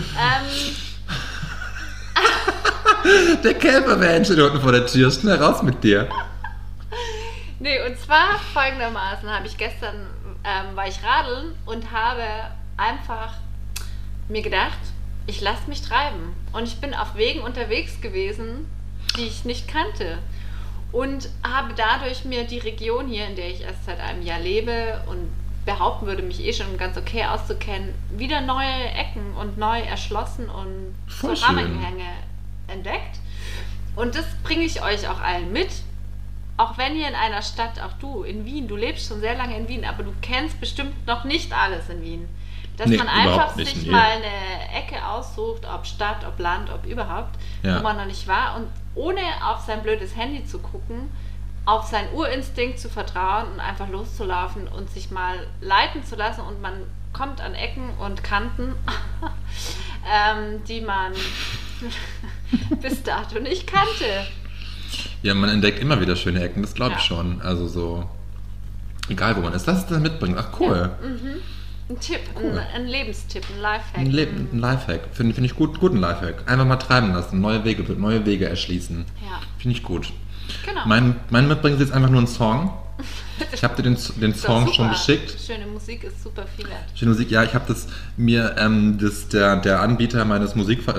Der Kälbervan steht unten vor der Tür. Schnell raus mit dir. Nee, und zwar folgendermaßen habe ich gestern, war ich radeln und habe einfach mir gedacht, ich lasse mich treiben. Und ich bin auf Wegen unterwegs gewesen, die ich nicht kannte. Und habe dadurch mir die Region hier, in der ich erst seit einem Jahr lebe und behaupten würde, mich schon ganz okay auszukennen, wieder neue Ecken und neu erschlossen und Voll so schön. Rahmenhänge entdeckt. Und das bringe ich euch auch allen mit. Auch wenn ihr in einer Stadt, auch du in Wien, du lebst schon sehr lange in Wien, aber du kennst bestimmt noch nicht alles in Wien. Dass Nee, man einfach überhaupt nicht, sich nee. mal eine Ecke aussucht, ob Stadt, ob Land, ob überhaupt, Ja. wo man noch nicht war und ohne auf sein blödes Handy zu gucken, auf seinen Urinstinkt zu vertrauen und einfach loszulaufen und sich mal leiten zu lassen und man kommt an Ecken und Kanten, die man bis dato nicht kannte. Ja, man entdeckt immer wieder schöne Ecken, das glaube ich Ja. schon. Also so, egal wo man ist, das ist das mitbringen. Ach cool. Ein Tipp, Cool. ein Lebenstipp, ein Lifehack. Ein Lifehack. Finde ich gut, guten Lifehack. Einfach mal treiben lassen, neue Wege erschließen. Ja, Finde ich gut. genau. Mein Mitbringen ist jetzt einfach nur ein Song. Ich habe dir den Ist doch Song schon super. geschickt. Schöne Musik ist super viel wert. Schöne Musik, ja, ich habe das mir, der Anbieter meines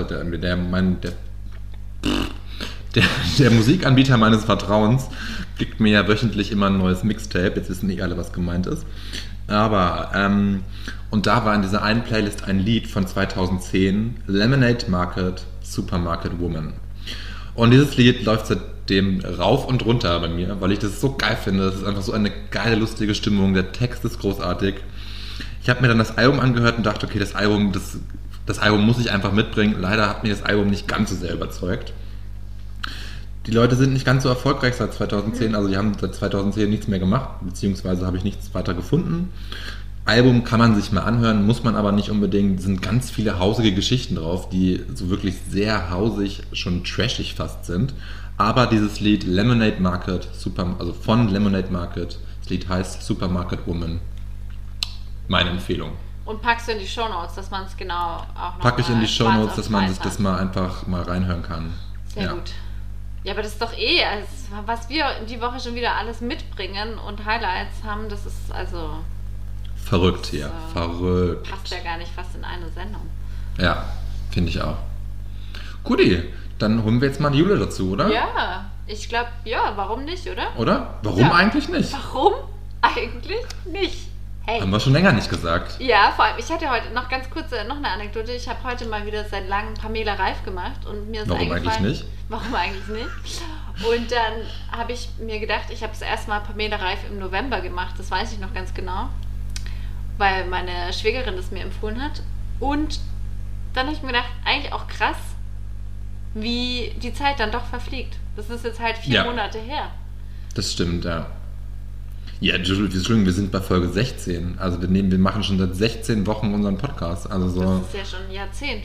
der Musikanbieter meines Vertrauens gibt mir ja wöchentlich immer ein neues Mixtape. Jetzt wissen nicht alle, was gemeint ist. Aber, und da war in dieser einen Playlist ein Lied von 2010, Lemonade Market, Supermarket Woman. Und dieses Lied läuft seitdem rauf und runter bei mir, weil ich das so geil finde. Das ist einfach so eine geile, lustige Stimmung. Der Text ist großartig. Ich habe mir dann das Album angehört und dachte, okay, das Album muss ich einfach mitbringen. Leider hat mir das Album nicht ganz so sehr überzeugt. Die Leute sind nicht ganz so erfolgreich seit 2010, also die haben seit 2010 nichts mehr gemacht, beziehungsweise habe ich nichts weiter gefunden. Album kann man sich mal anhören, muss man aber nicht unbedingt. Es sind ganz viele hausige Geschichten drauf, die so wirklich sehr hausig, schon trashig fast sind. Aber dieses Lied Lemonade Market, also von Lemonade Market, das Lied heißt Supermarket Woman. Meine Empfehlung. Und packst du in die Shownotes, dass man es genau auch noch Packe ich in die Shownotes, schwarz dass auf man weiß sich das hat. mal einfach mal reinhören kann. Sehr gut. Ja, aber das ist doch was wir die Woche schon wieder alles mitbringen und Highlights haben, das ist also... Verrückt hier, verrückt. Passt ja gar nicht fast in eine Sendung. Ja, finde ich auch. Guti, dann holen wir jetzt mal die Jule dazu, oder? Ja, ich glaube, ja, warum nicht, oder? Oder? Warum Ja. eigentlich nicht? Warum eigentlich nicht? Hey. Haben wir schon länger nicht gesagt. Ja, vor allem, ich hatte heute noch ganz kurz noch eine Anekdote. Ich habe heute mal wieder seit langem Pamela Reif gemacht und mir ist Warum eingefallen... eigentlich nicht? Warum eigentlich nicht? Und dann habe ich mir gedacht, ich habe das erste Mal Pamela Reif im November gemacht, das weiß ich noch ganz genau, weil meine Schwägerin das mir empfohlen hat. Und dann habe ich mir gedacht, eigentlich auch krass, wie die Zeit dann doch verfliegt. Das ist jetzt halt 4 Monate her. Das stimmt, ja. Ja, Entschuldigung, wir sind bei Folge 16. Also wir machen schon seit 16 Wochen unseren Podcast. Also so Das ist ja schon ein Jahrzehnt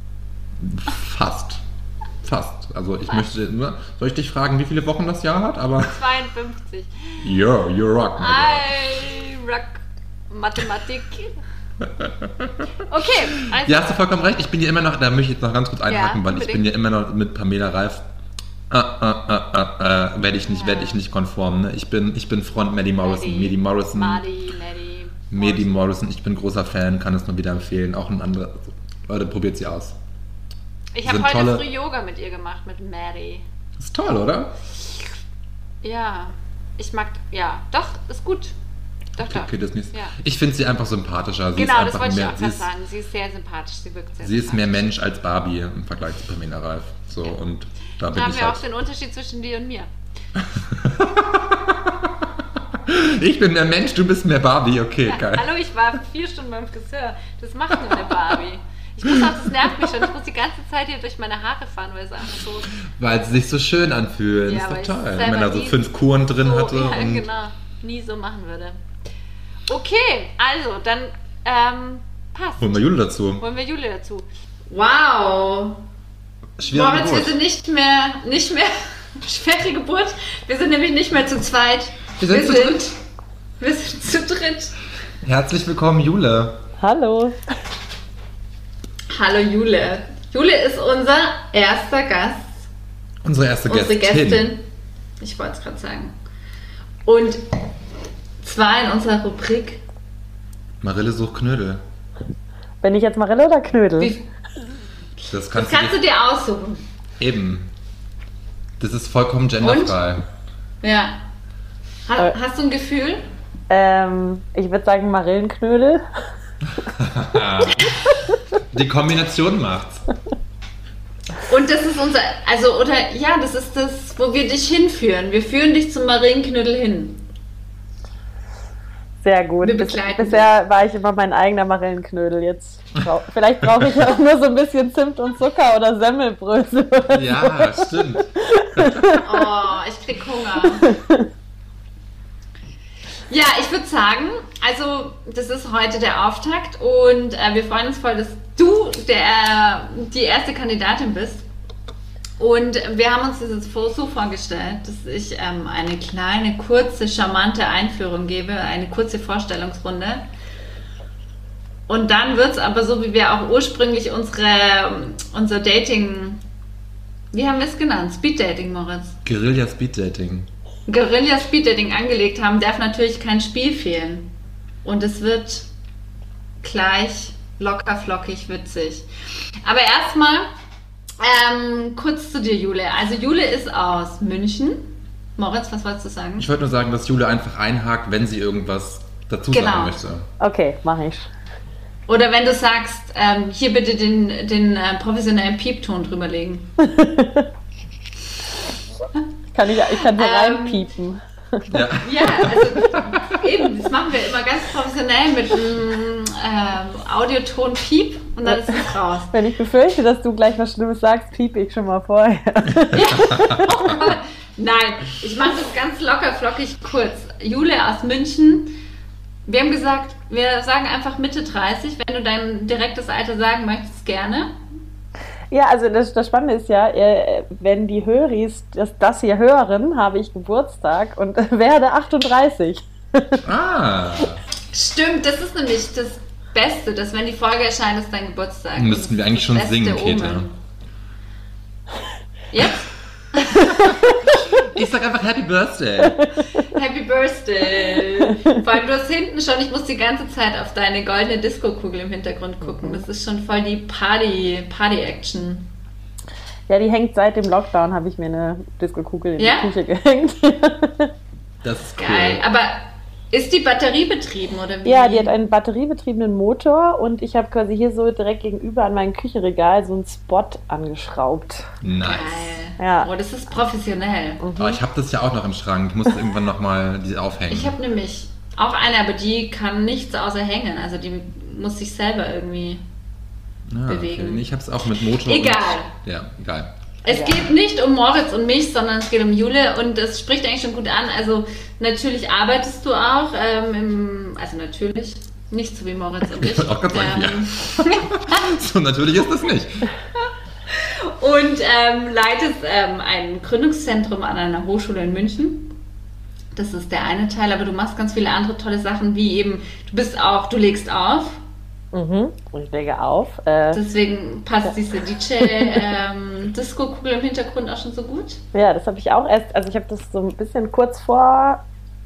fast. fast. Also ich möchte nur, soll ich dich fragen, wie viele Wochen das Jahr hat? Aber 52. yo, you rock, my I rock Mathematik. Okay, also... Ja, hast du vollkommen recht. Ich bin ja immer noch, da möchte ich jetzt noch ganz kurz einhaken, weil ich unbedingt. bin ja immer noch mit Pamela Reif. Werde ich nicht konform. Ne? Ich bin Front Maddie Morrison. Maddie Morrison. Ich bin großer Fan, kann es nur wieder empfehlen. Auch ein anderer. Leute, probiert sie aus. Ich habe heute früh Yoga mit ihr gemacht, mit Maddie. Ist toll, oder? Ja, ich mag, ja, doch, ist gut. Doch, doch. Okay, das nicht. Ja. Ich finde sie einfach sympathischer. Sie Genau, ist das einfach wollte ich mehr, auch gerade sagen. Sie ist sehr sympathisch, sie wirkt sehr Sie ist mehr sympathisch. Mensch als Barbie im Vergleich zu Pamela Reif. So, und da Da bin haben ich wir halt. auch den Unterschied zwischen dir und mir. Ich bin mehr Mensch, du bist mehr Barbie. Okay, Ja, geil. hallo, ich war 4 Stunden beim Friseur. Das macht nur eine Barbie. Ich muss auch, das nervt mich schon. Ich muss die ganze Zeit hier durch meine Haare fahren, weil es einfach so... Weil sie sich so schön anfühlen. Ja, weil ist ich doch toll. selber Wenn er so nie 5 Kuren drin so, hatte. Ja, und genau. Nie so machen würde. Okay, also, dann passt. holen wir Jule dazu. Holen wir Jule dazu. Wow. Schwierige Moritz, wir Geburt. sind nicht mehr schwere Geburt. Wir sind nämlich nicht mehr zu zweit. Wir sind zu dritt. Herzlich willkommen, Jule. Hallo. Hallo Jule. Jule ist unser erster Gast. Unsere erste Unsere Gästin. Gästin. Ich wollte es gerade sagen. Und zwar in unserer Rubrik. Marille sucht Knödel. Bin ich jetzt Marille oder Knödel? Wie, Das das kannst kannst du du dir aussuchen. eben. Das ist vollkommen genderfrei. Ja. Hast du ein Gefühl? Ich würde sagen Marillenknödel. Die Kombination macht's. Und das ist unser, also, oder, ja, das ist das, wo wir dich hinführen. Wir führen dich zum Marienknödel hin. Sehr gut. Wir begleiten Bisher war ich immer mein eigener Marillenknödel. Jetzt vielleicht brauche ich auch nur so ein bisschen Zimt und Zucker oder Semmelbrösel. Ja, stimmt. Oh, ich krieg Hunger. Ja, ich würde sagen, also das ist heute der Auftakt und wir freuen uns voll, dass du die erste Kandidatin bist. Und wir haben uns das jetzt so vorgestellt, dass ich eine kleine, kurze, charmante Einführung gebe, eine kurze Vorstellungsrunde. Und dann wird es aber so, wie wir auch ursprünglich unser Dating, wie haben wir es genannt? Speed-Dating, Moritz. Guerilla Speed-Dating. Guerilla Speed-Dating angelegt haben, darf natürlich kein Spiel fehlen. Und es wird gleich locker, flockig, witzig. Aber erstmal kurz zu dir, Jule. Also Jule ist aus München. Moritz, was wolltest du sagen? Ich wollte nur sagen, dass Jule einfach einhakt, wenn sie irgendwas dazu sagen möchte. Okay, mache ich. Oder wenn du sagst, hier bitte den professionellen Piepton drüberlegen. Ich kann so reinpiepen. Ja. Ja, also eben, das machen wir immer ganz professionell mit einem Audioton Piep und dann ist es raus. Wenn ich befürchte, dass du gleich was Schlimmes sagst, piepe ich schon mal vorher. Nein, ich mache das ganz locker, flockig, kurz. Jule aus München. Wir haben gesagt, wir sagen einfach Mitte 30. Wenn du dein direktes Alter sagen möchtest, gerne. Ja, also das Spannende ist ja, wenn die Höris das hier hören, habe ich Geburtstag und werde 38. Ah. Stimmt, das ist nämlich das Beste, dass wenn die Folge erscheint, ist dein Geburtstag. Müssten wir eigentlich schon singen, Käthe. Jetzt? Ich sag einfach Happy Birthday. Happy Birthday! Vor allem, du hast hinten schon, ich muss die ganze Zeit auf deine goldene Disco-Kugel im Hintergrund gucken. Das ist schon voll die Party-Action. Ja, die hängt seit dem Lockdown, habe ich mir eine Disco-Kugel in die Küche gehängt. Das ist cool. Geil, aber ist die batteriebetrieben oder wie? Ja, die hat einen batteriebetriebenen Motor und ich habe quasi hier so direkt gegenüber an meinem Küchenregal so einen Spot angeschraubt. Nice. Geil. Ja. Oh, das ist professionell. Aber ich habe das ja auch noch im Schrank. Ich muss irgendwann nochmal die aufhängen. Ich habe nämlich auch eine, aber die kann nichts außer hängen. Also die muss sich selber irgendwie bewegen. Okay. Nee, ich habe es auch mit Motor. Egal. Ja, egal. Es geht nicht um Moritz und mich, sondern es geht um Jule und das spricht eigentlich schon gut an. Also natürlich arbeitest du auch, also natürlich, nicht so wie Moritz und ich. Ich wollte auch gerade sagen, ja. So natürlich ist das nicht. Und leitest ein Gründungszentrum an einer Hochschule in München. Das ist der eine Teil, aber du machst ganz viele andere tolle Sachen, wie eben, du legst auf. Und ich lege auf. Deswegen passt diese DJ-Disco-Kugel im Hintergrund auch schon so gut. Ja, das habe ich auch erst, also ich habe das so ein bisschen kurz vor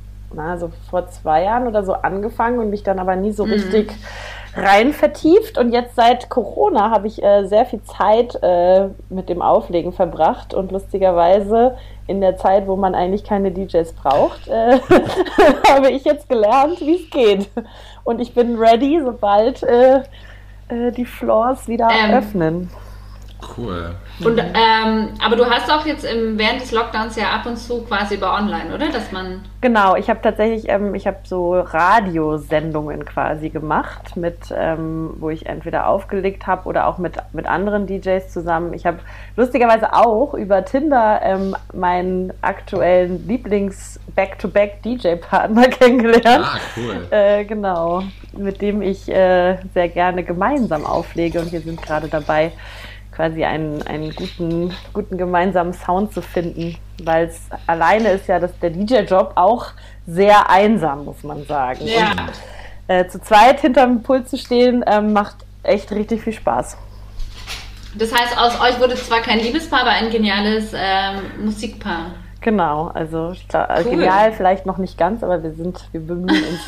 2 Jahren oder so angefangen und mich dann aber nie so richtig rein vertieft. Und jetzt seit Corona habe ich sehr viel Zeit mit dem Auflegen verbracht und lustigerweise in der Zeit, wo man eigentlich keine DJs braucht, habe ich jetzt gelernt, wie es geht. Und ich bin ready, sobald die Floors wieder öffnen. Cool. Und, aber du hast auch jetzt während des Lockdowns ja ab und zu quasi über online, oder? Dass man Genau, ich habe tatsächlich, so Radiosendungen quasi gemacht, wo ich entweder aufgelegt habe oder auch mit anderen DJs zusammen. Ich habe lustigerweise auch über Tinder meinen aktuellen Lieblings-Back-to-Back-DJ-Partner kennengelernt. Ah, cool. Genau, mit dem ich sehr gerne gemeinsam auflege und wir sind gerade dabei, quasi einen guten gemeinsamen Sound zu finden, weil es alleine ist ja der DJ-Job auch sehr einsam, muss man sagen. Ja. Und, zu zweit hinterm Pult zu stehen, macht echt richtig viel Spaß. Das heißt, aus euch wurde zwar kein Liebespaar, aber ein geniales Musikpaar. Genau, also ich glaub, Cool. Genial vielleicht noch nicht ganz, aber wir bemühen uns.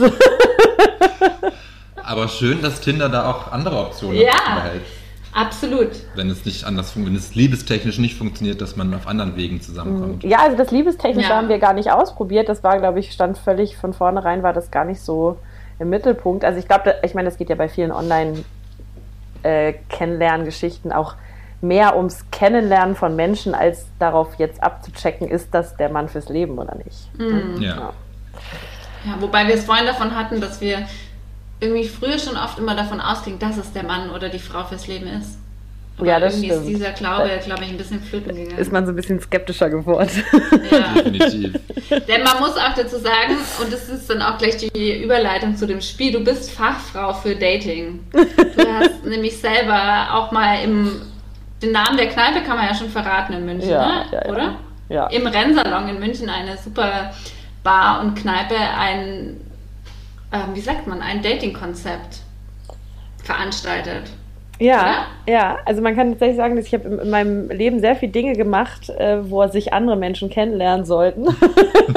Aber schön, dass Tinder da auch andere Optionen Ja. behält. Absolut. Wenn es nicht anders wenn es liebestechnisch nicht funktioniert, dass man auf anderen Wegen zusammenkommt. Ja, also das Liebestechnische Ja. haben wir gar nicht ausprobiert. Das war, glaube ich, stand völlig von vornherein, war das gar nicht so im Mittelpunkt. Also ich glaube, ich meine, das geht ja bei vielen Online-Kennenlerngeschichten auch mehr ums Kennenlernen von Menschen, als darauf jetzt abzuchecken, ist das der Mann fürs Leben oder nicht. Ja. Ja, wobei wir es vorhin davon hatten, dass wir irgendwie früher schon oft immer davon ausgingen, dass es der Mann oder die Frau fürs Leben ist. Aber Ja, das irgendwie stimmt. ist dieser Glaube ich, ein bisschen flöten gegangen. Ist man so ein bisschen skeptischer geworden. Ja. Definitiv. Denn man muss auch dazu sagen, und das ist dann auch gleich die Überleitung zu dem Spiel, du bist Fachfrau für Dating. Du hast nämlich selber auch mal den Namen der Kneipe kann man ja schon verraten in München, Ja, ne? ja, ja. Oder? Ja. Im Rennsalon in München, eine super Bar und Kneipe, ein Dating-Konzept. veranstaltet. Ja, ja, also man kann tatsächlich sagen, dass ich habe in meinem Leben sehr viele Dinge gemacht, wo sich andere Menschen kennenlernen sollten. Und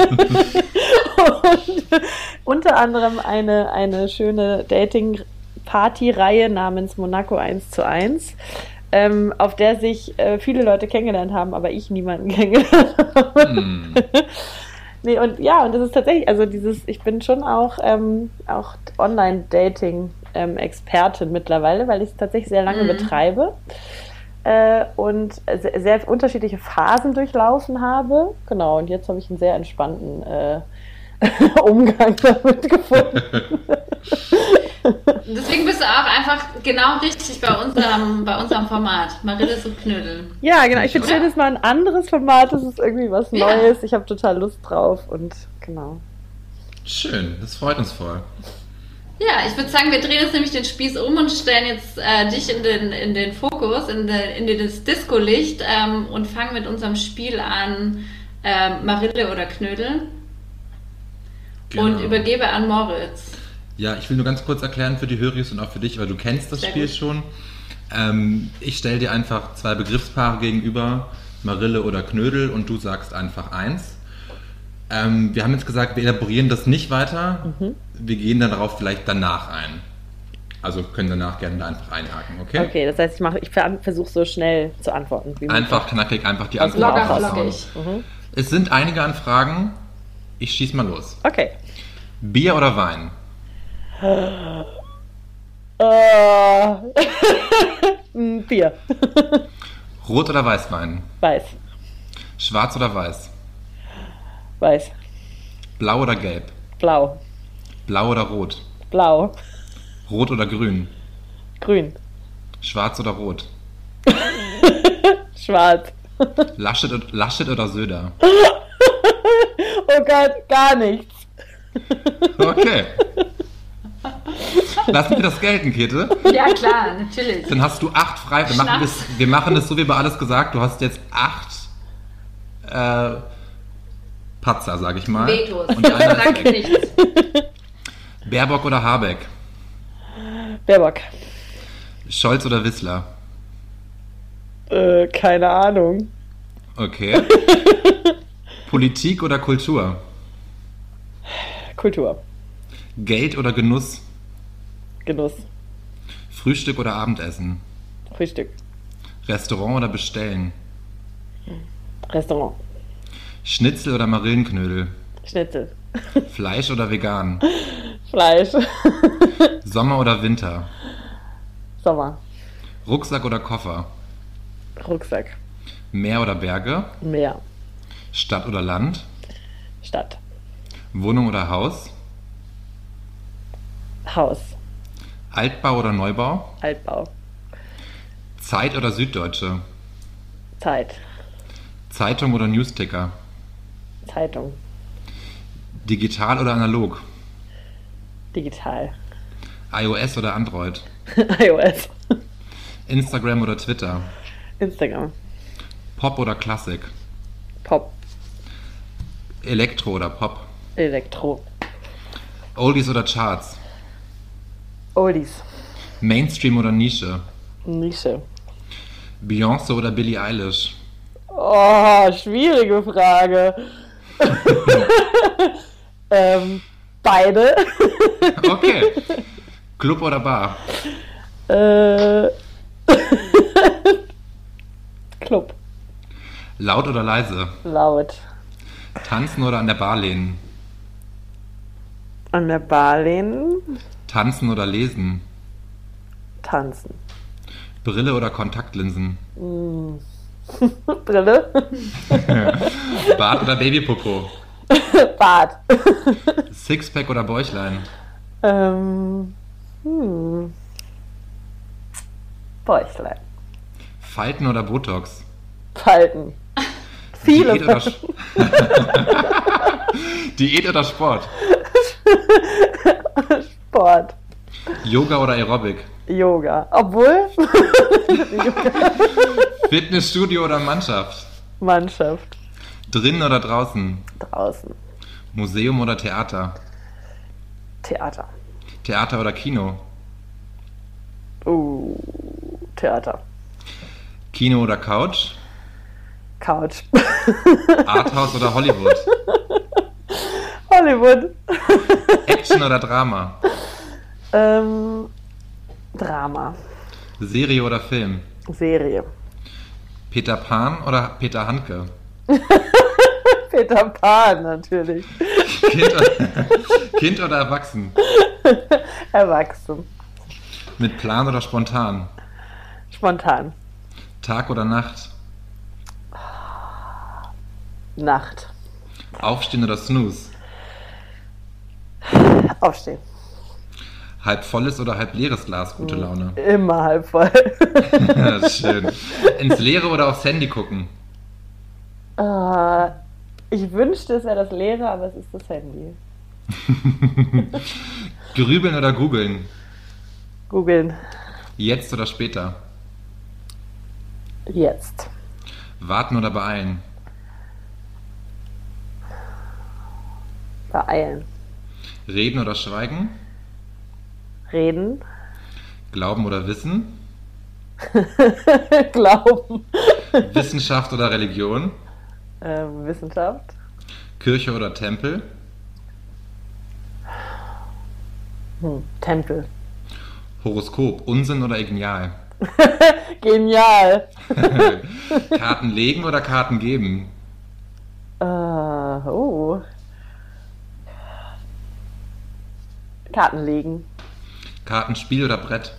unter anderem eine schöne Dating-Party-Reihe namens Monaco 1:1, auf der sich viele Leute kennengelernt haben, aber ich niemanden kennengelernt habe. Nee, und ja, und das ist tatsächlich, also ich bin schon auch Online-Dating Expertin mittlerweile, weil ich es tatsächlich sehr lange betreibe und sehr unterschiedliche Phasen durchlaufen habe. Genau, und jetzt habe ich einen sehr entspannten Umgang damit gefunden. Deswegen bist du auch einfach genau richtig bei unserem Format. Marilles und Knödel. Ja, genau. Ich finde schön, dass mal ein anderes Format ist. Es ist irgendwie was Neues. Ich habe total Lust drauf und genau. Schön, das freut uns voll. Ja, ich würde sagen, wir drehen jetzt nämlich den Spieß um und stellen jetzt dich in den Fokus, in das Disco-Licht und fangen mit unserem Spiel an, Marille oder Knödel. Genau. Und übergebe an Moritz. Ja, ich will nur ganz kurz erklären für die Höris und auch für dich, weil du kennst das Spiel schon. Ich stelle dir einfach 2 Begriffspaare gegenüber, Marille oder Knödel, und du sagst einfach eins. Wir haben jetzt gesagt, wir elaborieren das nicht weiter. Wir gehen dann darauf vielleicht danach ein. Also können danach gerne da einfach einhaken, okay? Okay, das heißt, ich versuche so schnell zu antworten. Wie einfach knackig, einfach die Antwort raushauen. Es sind einige Anfragen. Ich schieß mal los. Okay. Bier oder Wein? Bier. Rot oder Weißwein? Weiß. Schwarz oder weiß? Weiß. Blau oder gelb? Blau. Blau oder rot? Blau. Rot oder grün? Grün. Schwarz oder rot? Schwarz. Laschet oder Söder? Oh Gott, gar nichts. Okay. Lassen wir das gelten, Käthe? Ja, klar, natürlich. Dann hast du 8 frei. Wir machen das so wie bei alles gesagt. Du hast jetzt 8 Patzer, sag ich mal. Vetos. Und einer sagt nichts. Baerbock oder Habeck? Baerbock. Scholz oder Wissler? Keine Ahnung. Okay. Politik oder Kultur? Kultur. Geld oder Genuss? Genuss. Frühstück oder Abendessen? Frühstück. Restaurant oder bestellen? Restaurant. Schnitzel oder Marillenknödel? Schnitzel. Fleisch oder vegan? Fleisch. Sommer oder Winter? Sommer. Rucksack oder Koffer? Rucksack. Meer oder Berge? Meer. Stadt oder Land? Stadt. Wohnung oder Haus? Haus. Altbau oder Neubau? Altbau. Zeit oder Süddeutsche? Zeit. Zeitung oder Newsticker? Zeitung. Digital oder analog? Digital. iOS oder Android? iOS. Instagram oder Twitter? Instagram. Pop oder Klassik? Pop. Elektro oder Pop? Elektro. Oldies oder Charts? Oldies. Mainstream oder Nische? Nische. Beyoncé oder Billie Eilish? Oh, schwierige Frage. Beide. Okay. Club oder Bar? Club. Laut oder leise? Laut. Tanzen oder an der Bar lehnen? An der Bar lehnen. Tanzen oder lesen? Tanzen. Brille oder Kontaktlinsen? Brille. Bart oder Babypopo? Bart. Sixpack oder Bäuchlein? Bäuchlein. Falten oder Botox? Falten. Viele Diät oder, Falten. Diät oder Sport? Sport. Yoga oder Aerobic? Yoga. Obwohl. Fitnessstudio oder Mannschaft? Mannschaft. Drinnen oder draußen? Draußen. Museum oder Theater? Theater. Theater oder Kino? Theater. Kino oder Couch? Couch. Arthouse oder Hollywood? Hollywood. Action oder Drama? Drama. Serie oder Film? Serie. Peter Pan oder Peter Handke? Peter Pan, natürlich. Kind oder Erwachsen? Erwachsen. Mit Plan oder spontan? Spontan. Tag oder Nacht? Nacht. Aufstehen oder Snooze? Aufstehen. Halb volles oder halb leeres Glas, gute Laune? Immer halb voll. Schön. Ins Leere oder aufs Handy gucken? Ich wünschte, es wäre das Leere, aber es ist das Handy. Grübeln oder googeln? Googeln. Jetzt oder später? Jetzt. Warten oder beeilen? Beeilen. Reden oder schweigen? Reden. Glauben oder wissen? Glauben. Wissenschaft oder Religion? Wissenschaft. Kirche oder Tempel? Tempel. Horoskop, Unsinn oder genial? Genial. Karten legen oder Karten geben? Karten legen. Kartenspiel oder Brett?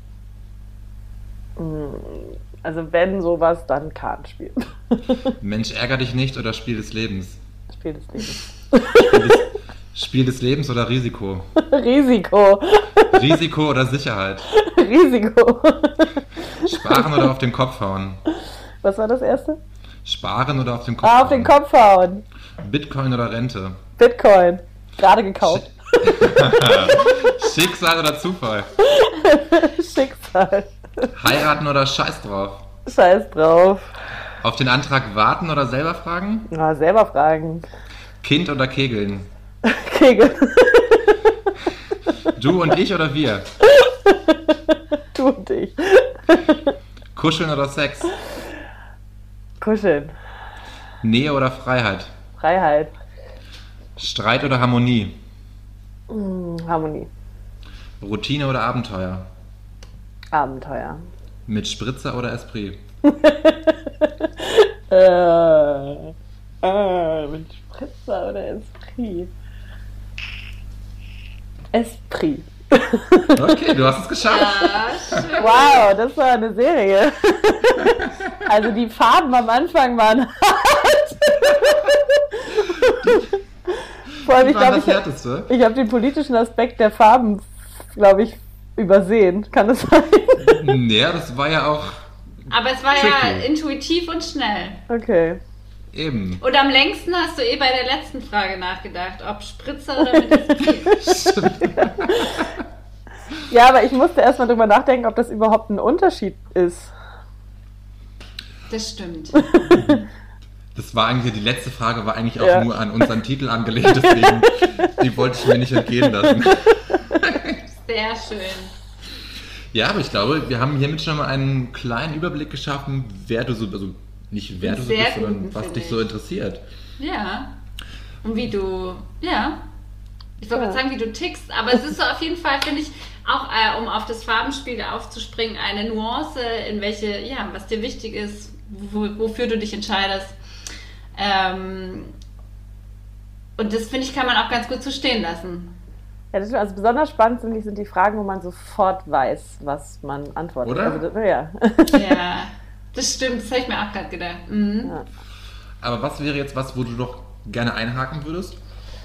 Also wenn sowas, dann Kartenspiel. Mensch, ärger dich nicht oder Spiel des Lebens? Spiel des Lebens. Spiel des Lebens oder Risiko? Risiko. Risiko oder Sicherheit? Risiko. Sparen oder auf den Kopf hauen? Was war das erste? Sparen oder auf den Kopf hauen? Auf den Kopf hauen. Bitcoin oder Rente? Bitcoin. Gerade gekauft. Schicksal oder Zufall? Schicksal. Heiraten oder Scheiß drauf? Scheiß drauf. Auf den Antrag warten oder selber fragen? Na, selber fragen. Kind oder Kegeln? Kegel. Du und ich oder wir? Du und ich. Kuscheln oder Sex? Kuscheln. Nähe oder Freiheit? Freiheit. Streit oder Harmonie? Harmonie. Routine oder Abenteuer? Abenteuer. Mit Spritzer oder Esprit? Mit Spritzer oder Esprit? Esprit. Okay, du hast es geschafft. Ja, schön. Wow, das war eine Serie. Also die Farben am Anfang waren hart. Vor allem, Das war das Härteste. ich habe den politischen Aspekt der Farben, glaube ich, übersehen. Kann das sein? Ja, das war ja auch Aber es war ja Tricky. intuitiv und schnell. Okay. eben. Und am längsten hast du bei der letzten Frage nachgedacht, ob Spritzer oder mit Esprit. Ja, aber ich musste erstmal drüber nachdenken, ob das überhaupt ein Unterschied ist. Das stimmt. Das war eigentlich, die letzte Frage war eigentlich auch Ja. nur an unseren Titel angelegt, deswegen die wollte ich mir nicht entgehen lassen. Sehr schön. Ja, aber ich glaube, wir haben hiermit schon mal einen kleinen Überblick geschaffen, wer du so, also nicht wer du so Sehr bist, sondern guten, was finde dich so interessiert. Ja. Und wie du, ja. Ich wollte Ja. gerade sagen, wie du tickst, aber es ist so auf jeden Fall, finde ich, auch um auf das Farbenspiel aufzuspringen, eine Nuance, in welche, ja, was dir wichtig ist, wofür du dich entscheidest. Und das, finde ich, kann man auch ganz gut so stehen lassen. Ja, das stimmt. Also besonders spannend sind die Fragen, wo man sofort weiß, was man antwortet. Oder? Also, ja. Ja, das stimmt, das habe ich mir auch gerade gedacht. Mhm. Ja. Aber was wäre jetzt was, wo du doch gerne einhaken würdest?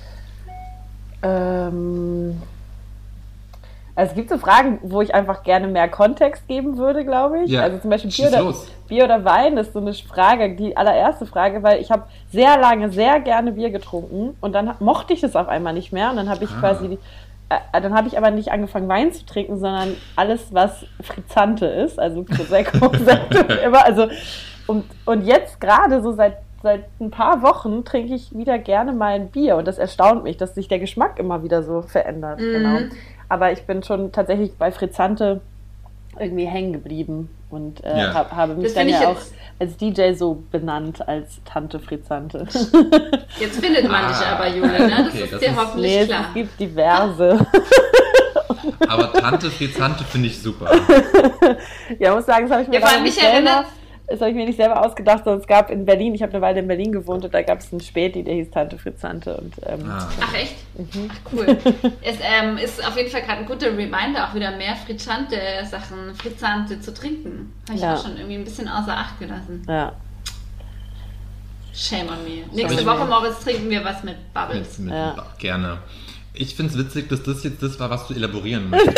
Also es gibt so Fragen, wo ich einfach gerne mehr Kontext geben würde, glaube ich. Ja, Also zum Beispiel schieß los. Bier oder Wein ist so eine Frage, die allererste Frage, weil ich habe sehr lange sehr gerne Bier getrunken und dann mochte ich es auf einmal nicht mehr und dann habe ich dann habe ich aber nicht angefangen Wein zu trinken, sondern alles, was Frizzante ist, also Prosecco, Sekt, immer, also und jetzt gerade so seit ein paar Wochen trinke ich wieder gerne mal ein Bier und das erstaunt mich, dass sich der Geschmack immer wieder so verändert. Mhm. Genau. Aber ich bin schon tatsächlich bei Frizzante irgendwie hängen geblieben. Und Ja. habe mich Das dann finde ich ja auch jetzt- als DJ so benannt, als Tante Frizzante. Jetzt findet man dich aber, Jule, ne? Das okay, ist das dir ist- hoffentlich Nee, klar. es gibt diverse. Aber Tante Frizzante finde ich super. Ja, muss sagen, das habe ich mir Ja, vor allem nicht mich erinnert- selber, das habe ich mir nicht selber ausgedacht, sondern es gab in Berlin, ich habe eine Weile in Berlin gewohnt und da gab es einen Späti, der hieß Tante Frizzante und Ach echt? Ach, cool. Es ist auf jeden Fall gerade ein guter Reminder, auch wieder mehr Frizzante zu trinken. Habe ich Ja. auch schon irgendwie ein bisschen außer Acht gelassen. ja. Shame on me. Nächste ich- Woche, Moritz, trinken wir was mit Bubbles. Mit, Ja. Gerne. Ich finde es witzig, dass das jetzt das war, was du elaborieren möchtest.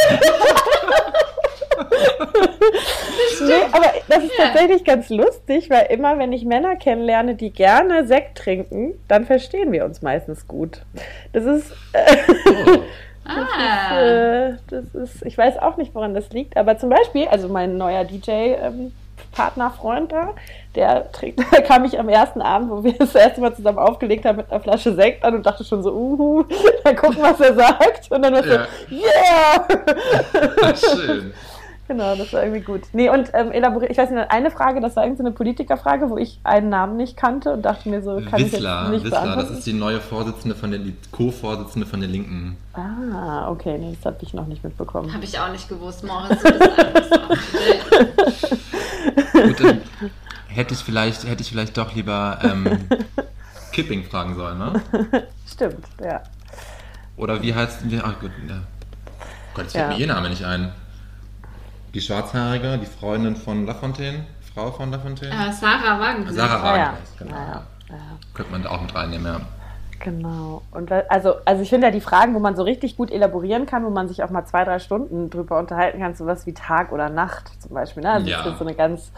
Nee, aber das ist Ja. tatsächlich ganz lustig, weil immer, wenn ich Männer kennenlerne, die gerne Sekt trinken, dann verstehen wir uns meistens gut. Das ist, Oh. das ist, ich weiß auch nicht, woran das liegt, aber zum Beispiel, also mein neuer DJ-Partnerfreund da, der trinkt, da kam ich am ersten Abend, wo wir das erste Mal zusammen aufgelegt haben, mit einer Flasche Sekt an und dachte schon so, dann gucken, was er sagt. Und dann war Ja. so, yeah! Schön. Genau, das war irgendwie gut. Nee, und elaboriert, ich weiß nicht, eine Frage, das war irgendeine Politikerfrage, wo ich einen Namen nicht kannte und dachte mir so, kann ich Wissler, jetzt nicht Wissler, das beantworten. ist die neue Vorsitzende die Co-Vorsitzende von der Linken. Ah, okay, nee, das habe ich noch nicht mitbekommen. Habe ich auch nicht gewusst, Moritz. Du bist einfach so up to date. Gut, dann hätte ich vielleicht doch lieber Kipping fragen sollen, ne? Stimmt, ja. Oder wie heißt ach gut, ja. Gott, jetzt fällt Ja. mir ihr Name nicht ein. Die Schwarzhaarige, die Freundin von Lafontaine, Frau von Lafontaine? Sarah Wagenknecht. Sarah Ah, ja. Wagenknecht, genau. Ja. Könnte man da auch mit reinnehmen, ja. Genau. Und also ich finde ja die Fragen, wo man so richtig gut elaborieren kann, wo man sich auch mal 2-3 Stunden drüber unterhalten kann, sowas wie Tag oder Nacht zum Beispiel. Ne? Also Ja. das ist so eine ganz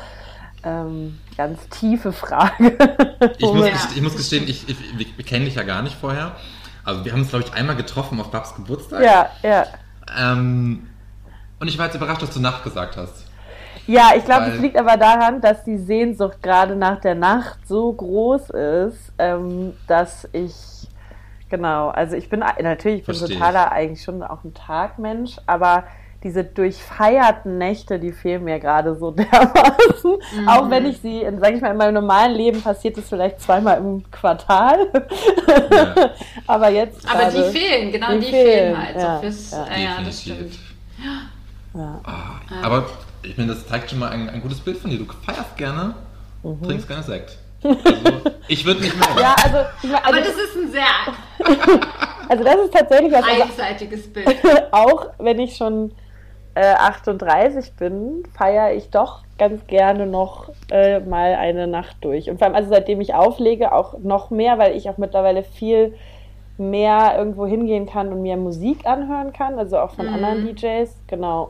tiefe Frage. Ich muss gestehen, wir kennen dich ja gar nicht vorher. Also wir haben uns, glaube ich, einmal getroffen auf Babs Geburtstag. Ja. Und ich war jetzt überrascht, dass du Nacht gesagt hast. Ja, ich glaube, Weil- es liegt aber daran, dass die Sehnsucht gerade nach der Nacht so groß ist, dass ich, genau, also ich bin Versteh ich. totaler eigentlich schon auch ein Tagmensch, aber diese durchfeierten Nächte, die fehlen mir gerade so dermaßen. Auch wenn ich sie, sage ich mal, in meinem normalen Leben passiert es vielleicht 2-mal im Quartal. Ja. Aber jetzt Aber gerade, die fehlen, genau, die fehlen, fehlen halt. ja, So fürs, ja. ja, das stimmt. ja. Aber ich meine, das zeigt schon mal ein gutes Bild von dir. Du feierst gerne, trinkst gerne Sekt. Also, ich würde nicht mehr. Ja, also, Aber das ist ein sehr also das ist tatsächlich was, also einseitiges Bild. auch wenn ich schon 38 bin, feiere ich doch ganz gerne noch mal eine Nacht durch. Und vor allem, also seitdem ich auflege, auch noch mehr, weil ich auch mittlerweile viel mehr irgendwo hingehen kann und mir Musik anhören kann, also auch von anderen DJs, genau.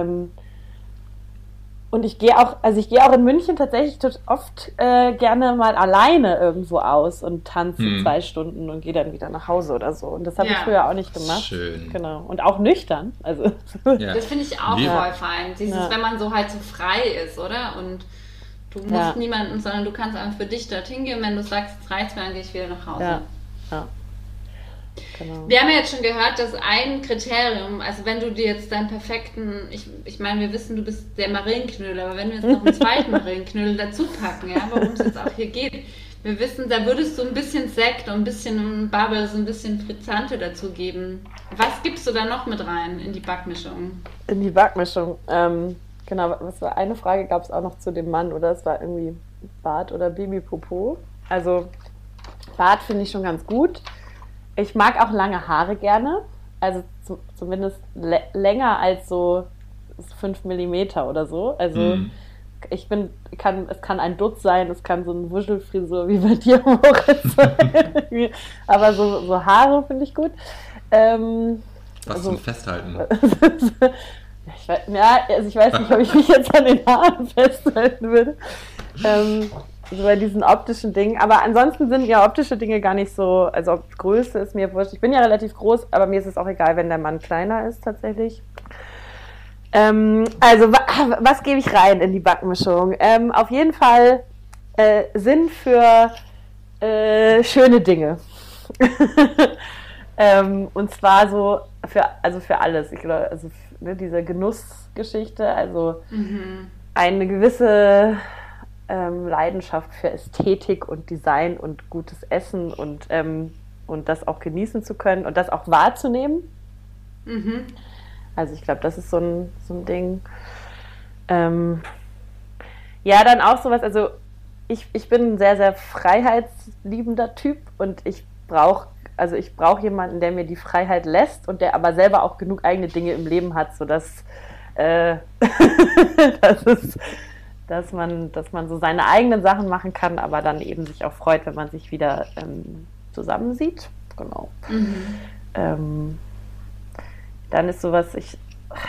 Und ich gehe auch in München tatsächlich oft gerne mal alleine irgendwo aus und tanze 2 Stunden und gehe dann wieder nach Hause oder so. Und das habe ich Ja. früher auch nicht gemacht. Schön. Genau. Und auch nüchtern. Also Ja. Das finde ich auch Wie- voll fein. Dieses, Ja. wenn man so halt so frei ist, oder? Und du musst Ja. niemanden, sondern du kannst einfach für dich dorthin gehen. Wenn du sagst, es reicht mir, dann gehe ich wieder nach Hause. ja. Genau. Wir haben ja jetzt schon gehört, dass ein Kriterium, also wenn du dir jetzt deinen perfekten, ich meine, wir wissen, du bist der Marillenknödel, aber wenn wir jetzt noch einen zweiten Marillenknödel dazu packen, ja, worum es jetzt auch hier geht, wir wissen, da würdest du ein bisschen Sekt und ein bisschen Bubbles, ein bisschen Frizzante dazu geben. Was gibst du da noch mit rein in die Backmischung? In die Backmischung. Genau, was war eine Frage gab es auch noch zu dem Mann, oder? Es war irgendwie Bart oder Babypopo. Also Bart finde ich schon ganz gut. Ich mag auch lange Haare gerne. Also zumindest länger als so 5 Millimeter oder so. Also es kann ein Dutz sein, es kann so eine Wuschelfrisur wie bei dir, Moritz, sein. Aber so Haare finde ich gut. Was zum Festhalten. Ich weiß nicht, ob ich mich jetzt an den Haaren festhalten würde. So bei diesen optischen Dingen. Aber ansonsten sind ja optische Dinge gar nicht so, also ob Größe ist mir wurscht. Ich bin ja relativ groß, aber mir ist es auch egal, wenn der Mann kleiner ist tatsächlich. Also was gebe ich rein in die Backmischung? Auf jeden Fall Sinn für schöne Dinge. Und zwar so für alles. Ich glaube, also diese Genussgeschichte, also eine gewisse Leidenschaft für Ästhetik und Design und gutes Essen und das auch genießen zu können und das auch wahrzunehmen. Mhm. Also ich glaube, das ist so ein Ding. Ja, dann auch sowas, also ich bin ein sehr, sehr freiheitsliebender Typ und ich brauche jemanden, der mir die Freiheit lässt und der aber selber auch genug eigene Dinge im Leben hat, sodass dass man so seine eigenen Sachen machen kann, aber dann eben sich auch freut, wenn man sich wieder zusammen sieht. Genau. Mhm. Dann ist sowas, ich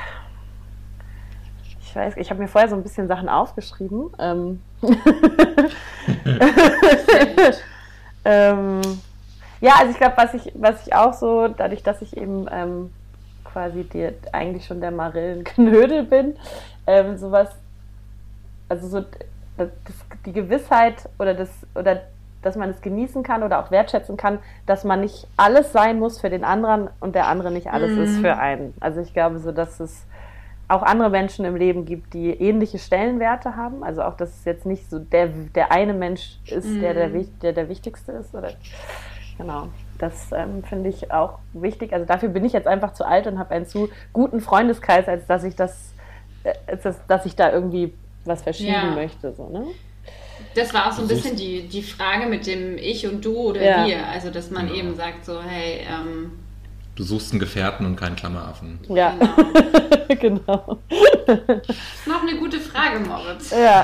weiß, ich habe mir vorher so ein bisschen Sachen aufgeschrieben. Ja, also ich glaube, was ich auch so, dadurch, dass ich eben quasi eigentlich schon der Marillenknödel bin, sowas, also so die Gewissheit oder dass man es genießen kann oder auch wertschätzen kann, dass man nicht alles sein muss für den anderen und der andere nicht alles ist für einen. Also ich glaube so, dass es auch andere Menschen im Leben gibt, die ähnliche Stellenwerte haben. Also auch, dass es jetzt nicht so der eine Mensch ist, der wichtigste ist. Oder, genau, das finde ich auch wichtig. Also dafür bin ich jetzt einfach zu alt und habe einen zu guten Freundeskreis, als dass ich dass ich da irgendwie was verschieben möchte. So, ne? Das war auch so ein bisschen die Frage mit dem Ich und Du oder wir. Also, dass man eben sagt so, hey... Du suchst einen Gefährten und keinen Klammeraffen. Ja, genau. Noch eine gute Frage, Moritz. Ja.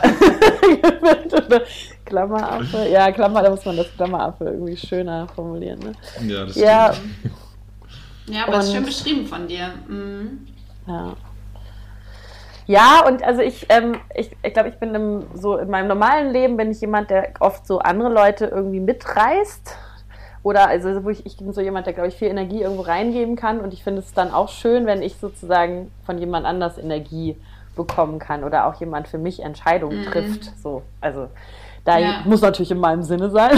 Klammeraffe. Ja, da muss man das Klammeraffe irgendwie schöner formulieren. Ne? Ja, das stimmt. Ja, aber es ist schön beschrieben von dir. Mhm. Ja, und also ich glaube, ich bin in meinem normalen Leben bin ich jemand, der oft so andere Leute irgendwie mitreißt. Oder also ich bin so jemand, der, glaube ich, viel Energie irgendwo reingeben kann und ich finde es dann auch schön, wenn ich sozusagen von jemand anders Energie bekommen kann oder auch jemand für mich Entscheidungen trifft. So, also da muss natürlich in meinem Sinne sein.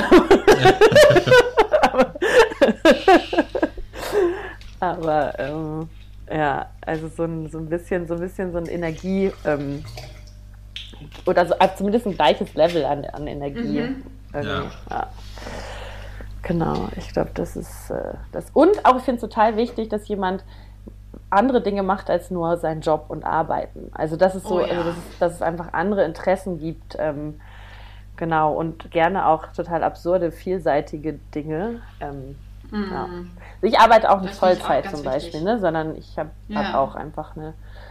aber ja, also so ein bisschen so eine Energie oder so zumindest ein gleiches Level an Energie. Ja. Genau, ich glaube, das ist das. Und auch, ich finde es total wichtig, dass jemand andere Dinge macht als nur seinen Job und arbeiten. Also das ist so, dass es einfach andere Interessen gibt. Genau, und gerne auch total absurde, vielseitige Dinge. Ja. Ich arbeite auch nicht Vollzeit zum Beispiel, ne, sondern ich habe auch einfach eine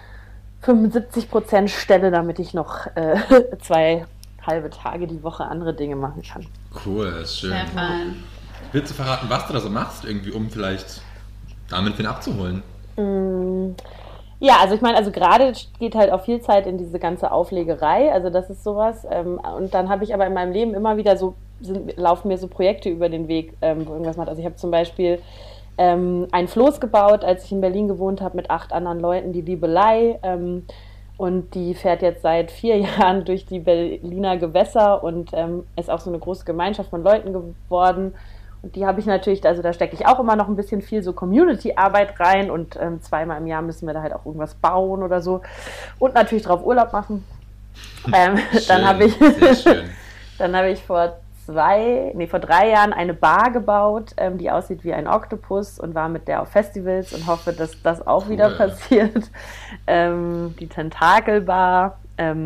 75% Stelle, damit ich noch 2 halbe Tage die Woche andere Dinge machen kann. Cool, das ist schön. Sehr fein. Willst du verraten, was du da so machst, irgendwie, um vielleicht damit wen abzuholen? Ja, also ich meine, also gerade geht halt auch viel Zeit in diese ganze Auflegerei, also das ist sowas. Und dann habe ich aber in meinem Leben immer wieder laufen mir so Projekte über den Weg, wo irgendwas macht. Also ich habe zum Beispiel ein Floß gebaut, als ich in Berlin gewohnt habe, mit 8 anderen Leuten, die Liebelei. Und die fährt jetzt seit 4 Jahren durch die Berliner Gewässer und ist auch so eine große Gemeinschaft von Leuten geworden. Und die habe ich natürlich, also da stecke ich auch immer noch ein bisschen viel so Community-Arbeit rein und 2-mal im Jahr müssen wir da halt auch irgendwas bauen oder so. Und natürlich drauf Urlaub machen. Dann habe ich vor 3 Jahren eine Bar gebaut, die aussieht wie ein Oktopus und war mit der auf Festivals und hoffe, dass das auch wieder passiert. Die Tentakelbar.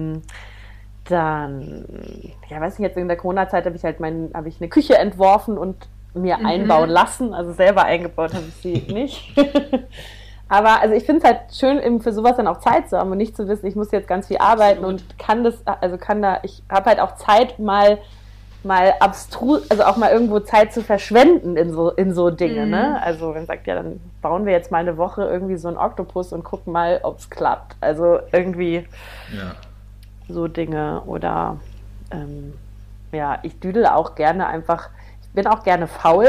Dann, ja, weiß nicht, jetzt in der Corona-Zeit habe ich eine Küche entworfen und mir einbauen lassen. Also selber eingebaut habe ich sie nicht. Aber also ich finde es halt schön, eben für sowas dann auch Zeit zu haben und nicht zu wissen, ich muss jetzt ganz viel arbeiten und ich habe halt auch Zeit, mal abstrus, also auch mal irgendwo Zeit zu verschwenden in so Dinge, ne? Also wenn man sagt, ja, dann bauen wir jetzt mal eine Woche irgendwie so einen Oktopus und gucken mal, ob es klappt. Also irgendwie so Dinge oder ich düdel auch gerne einfach, ich bin auch gerne faul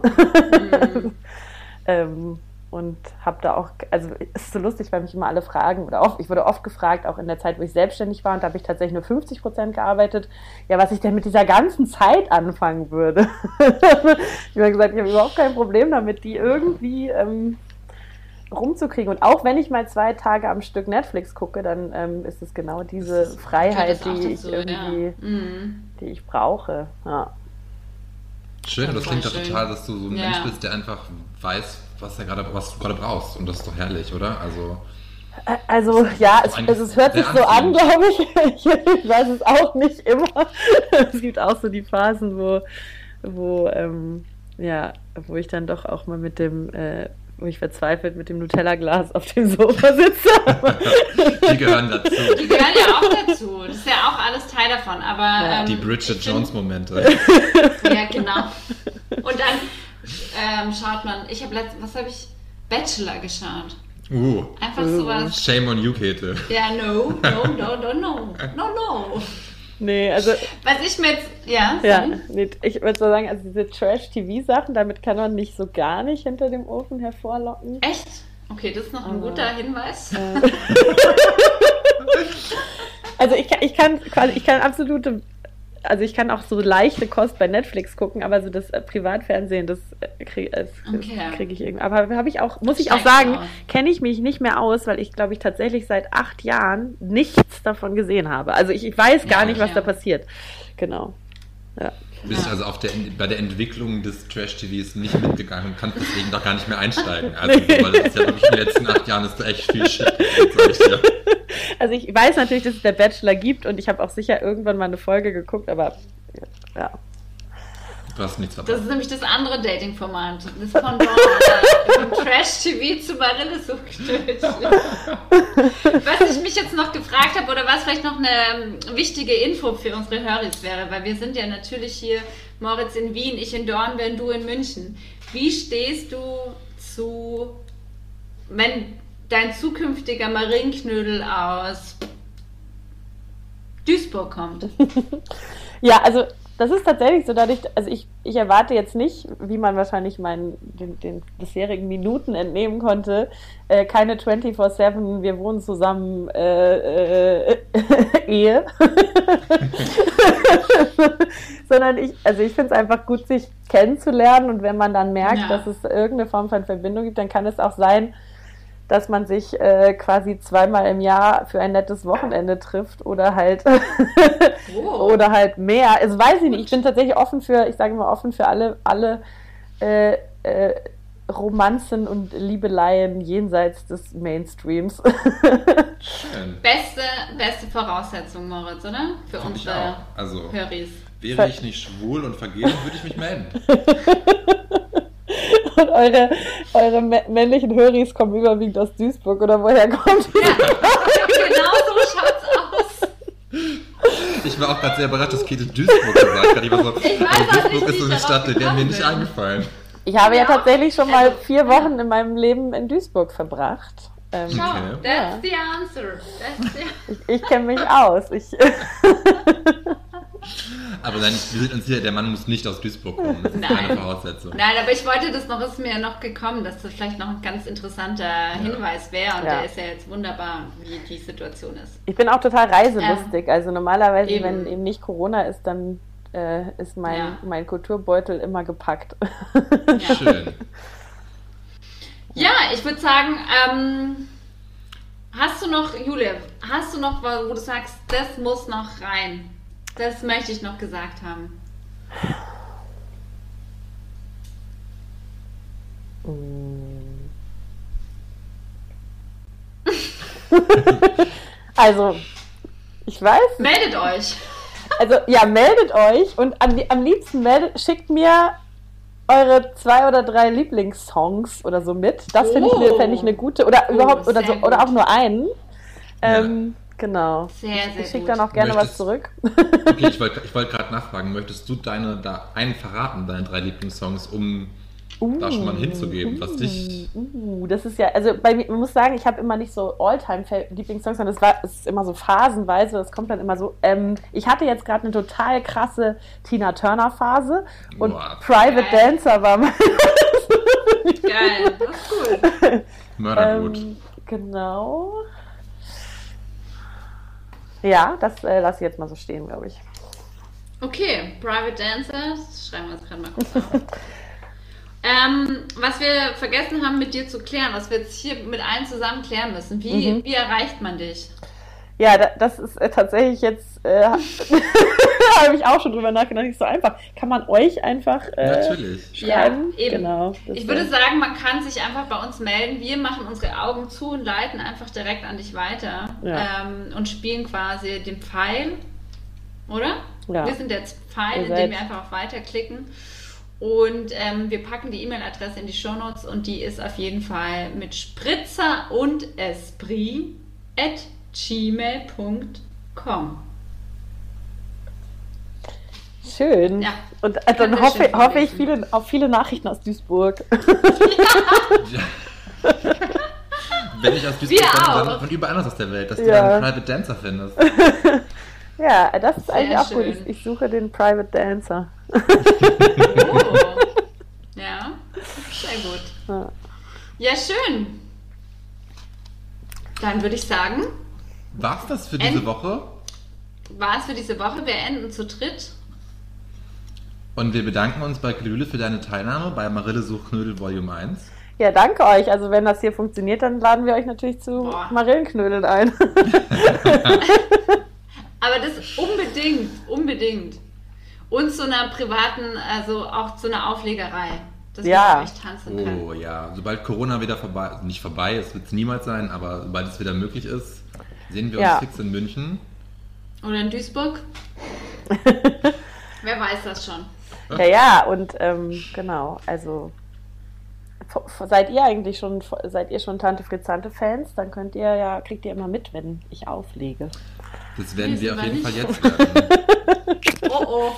und habe da auch, also es ist so lustig, weil mich immer alle fragen ich wurde oft gefragt, auch in der Zeit, wo ich selbstständig war und da habe ich tatsächlich nur 50% gearbeitet, ja, was ich denn mit dieser ganzen Zeit anfangen würde. Ich habe gesagt, ich habe überhaupt kein Problem damit, die irgendwie rumzukriegen. Und auch wenn ich mal 2 Tage am Stück Netflix gucke, dann ist es genau diese Freiheit, die ich brauche. Ja. Schön, das klingt doch schön. total, dass du so ein Mensch bist, der einfach weiß, was du gerade brauchst. Und das ist doch herrlich, oder? Also ja, es hört sich so an, glaube ich. Ich weiß es auch nicht immer. Es gibt auch so die Phasen, wo ich dann doch auch mal wo ich verzweifelt mit dem Nutella-Glas auf dem Sofa sitze. Die gehören dazu. Die gehören ja auch dazu. Das ist ja auch alles Teil davon. Aber Die Bridget Jones-Momente. Ja, genau. Und dann schaut man, was habe ich? Bachelor geschaut. Einfach sowas. Shame on you, Käthe. Ja, no. Nee, also... Was ich mit... Ich würde so sagen, also diese Trash-TV-Sachen, damit kann man nicht so gar nicht hinter dem Ofen hervorlocken. Echt? Okay, das ist noch ein guter Hinweis. Also ich kann absolute... Also ich kann auch so leichte Kost bei Netflix gucken, aber so das Privatfernsehen, das kriege ich irgendwie. Aber muss ich auch sagen, kenne ich mich nicht mehr aus, weil ich glaube ich tatsächlich seit 8 Jahren nichts davon gesehen habe. Also ich weiß gar nicht, was da passiert. Genau. Ja. Du bist also bei der Entwicklung des Trash-TVs nicht mitgegangen und kannst deswegen doch gar nicht mehr einsteigen. Also, weil das ist ja wirklich in den letzten 8 Jahren ist da echt viel Shit. Sag ich dir. Also ich weiß natürlich, dass es der Bachelor gibt und ich habe auch sicher irgendwann mal eine Folge geguckt, aber ja. Du hast nichts verpasst. Das ist nämlich das andere Dating-Format. Das Pendant von Trash-TV zu Marille sucht. Was ich mich jetzt noch gefragt habe, oder was vielleicht noch eine wichtige Info für unsere Höris wäre, weil wir sind ja natürlich hier, Moritz in Wien, ich in Dornbirn, du in München. Wie stehst du zu, wenn dein zukünftiger Marienknödel aus Duisburg kommt? Ja, also das ist tatsächlich so, also ich erwarte jetzt nicht, wie man wahrscheinlich den bisherigen Minuten entnehmen konnte, keine 24/7, wir wohnen zusammen Ehe. Sondern ich finde es einfach gut, sich kennenzulernen und wenn man dann merkt, dass es irgendeine Form von Verbindung gibt, dann kann es auch sein, dass man sich quasi 2-mal im Jahr für ein nettes Wochenende trifft oder halt oder halt mehr. Also weiß ich nicht, ich bin tatsächlich offen für alle Romanzen und Liebeleien jenseits des Mainstreams. Beste Voraussetzung, Moritz, oder? Für unsere Höris. Wäre ich nicht schwul und vergeben, würde ich mich melden. Und eure männlichen Höris kommen überwiegend aus Duisburg, oder woher kommt ihr? Ja, genau so schaut's aus. Ich war auch gerade sehr überrascht, dass Käthe Duisburg gesagt hat. Ich war so, Duisburg ist so eine Stadt, die wäre mir nicht eingefallen. Ich habe ja tatsächlich schon mal 4 Wochen in meinem Leben in Duisburg verbracht. That's the answer. Ich kenne mich aus. Aber nein, wir sind uns sicher, der Mann muss nicht aus Duisburg kommen. Das ist keine Voraussetzung. Nein, aber ich wollte ist mir noch gekommen, dass das vielleicht noch ein ganz interessanter Hinweis wäre. Und der ist ja jetzt wunderbar, wie die Situation ist. Ich bin auch total reiselustig. Also normalerweise, wenn eben nicht Corona ist, dann ist mein Kulturbeutel immer gepackt. Ja. Schön. Ja, ich würde sagen, Julia, wo du sagst, das muss noch rein? Das möchte ich noch gesagt haben. Also, ich weiß. Meldet euch. Also, ja, meldet euch und am liebsten schickt mir eure 2 oder 3 Lieblingssongs oder so mit. Das fände ich eine gute, oder überhaupt, oder so, gut. Oder auch nur einen. Genau. Sehr, sehr ich schicke dann auch gerne was zurück. Okay, ich wollte gerade nachfragen, möchtest du einen verraten, deine 3 Lieblingssongs, um da schon mal hinzugeben, was dich... Das ist ja, also bei mir, man muss sagen, ich habe immer nicht so All-Time-Lieblingssongs, sondern es ist immer so phasenweise, das kommt dann immer so, ich hatte jetzt gerade eine total krasse Tina Turner-Phase und Private Dancer war mein... Geil, das ist cool. Mördergut. Genau. Ja, das lasse ich jetzt mal so stehen, glaube ich. Okay, Private Dancer, das schreiben wir uns gerade mal kurz auf. Was wir vergessen haben mit dir zu klären, was wir jetzt hier mit allen zusammen klären müssen. Wie erreicht man dich? Ja, das ist tatsächlich jetzt, habe ich auch schon drüber nachgedacht, nicht so einfach. Kann man euch einfach Natürlich. schreiben? Ja, eben. Genau. Ich würde sagen, man kann sich einfach bei uns melden. Wir machen unsere Augen zu und leiten einfach direkt an dich weiter und spielen quasi den Pfeil, oder? Ja. Wir sind der Pfeil, indem wir einfach auf Weiter klicken. Und wir packen die E-Mail-Adresse in die Shownotes und die ist auf jeden Fall mit Spritzer und Esprit @gmail.com. Schön. Ja. Und Kann dann sehr hoffe schön ich vorlesen. auf viele Nachrichten aus Duisburg. Ja. Wenn ich aus Wir Duisburg auch. dann von überall anders aus der Welt, dass du Ja. einen Private Dancer findest. Ja, das ist Sehr eigentlich auch schön. gut. Ich suche den Private Dancer. Oh. Ja, sehr gut. Ja. Ja, schön. Dann würde ich sagen, War's das für diese Woche? war es für diese Woche. Wir enden zu dritt. Und wir bedanken uns bei Glühle für deine Teilnahme bei Marille sucht Knödel Volume 1. Ja, danke euch. Also wenn das hier funktioniert, dann laden wir euch natürlich zu Boah. Marillenknödeln ein. Aber das unbedingt. Und zu einer privaten, also auch zu einer Auflegerei. Dass Ja. wir euch tanzen können. Oh ja, sobald Corona wieder vorbei, also nicht vorbei, es wird es niemals sein, aber sobald es wieder möglich ist, sehen wir uns Ja. fix in München. Oder in Duisburg. Wer weiß das schon. Ja, und genau, also seid ihr schon Tante Frizzante Fans? Dann kriegt ihr immer mit, wenn ich auflege. Das werden Nee, wir sind auf wir jeden Fall nicht. jetzt werden. Oh.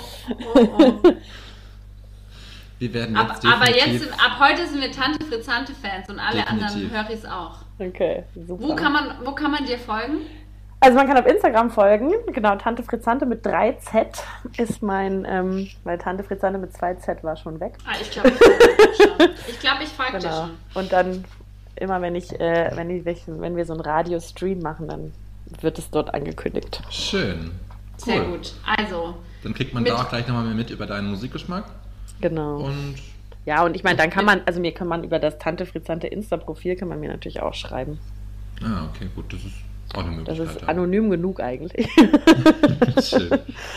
Wir werden Aber definitiv- jetzt, ab heute sind wir Tante Frizzante Fans und alle anderen Definitiv. Höris auch. Okay, super. Wo kann man dir folgen? Also man kann auf Instagram folgen, genau, Tante Frizzante mit 3Z ist mein, weil Tante Frizzante mit 2Z war schon weg. Ich glaube, ich folge dir schon. Ich folge dir Genau. schon. Und dann immer, wenn wir so einen Radiostream machen, dann wird es dort angekündigt. Schön. Sehr gut. Also, Dann kriegt man Mit- da auch gleich nochmal mehr mit über deinen Musikgeschmack. Genau. Und Ja, und ich meine, dann kann man über das Tante Frizzante Insta-Profil kann man mir natürlich auch schreiben. okay, gut, das ist auch eine Das Möglichkeit. ist anonym genug eigentlich. Schön.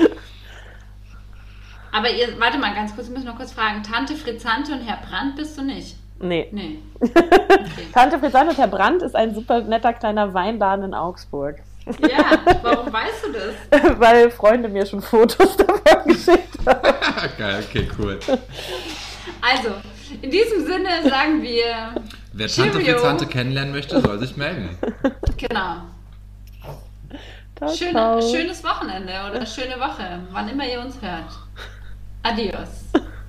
aber warte mal ganz kurz, ich muss noch kurz fragen. Tante Frizzante und Herr Brandt bist du nicht? Nee. Nee. Okay. Tante Frizzante und Herr Brandt ist ein super netter kleiner Weinladen in Augsburg. Ja, warum weißt du das? Weil Freunde mir schon Fotos davon geschickt haben. Geil, okay, cool. Also, in diesem Sinne sagen wir, Wer Tante Cheerio. Frizzante kennenlernen möchte, soll sich melden. genau, Ciao, ciao. schönes Wochenende oder schöne Woche, wann immer ihr uns hört. Adios.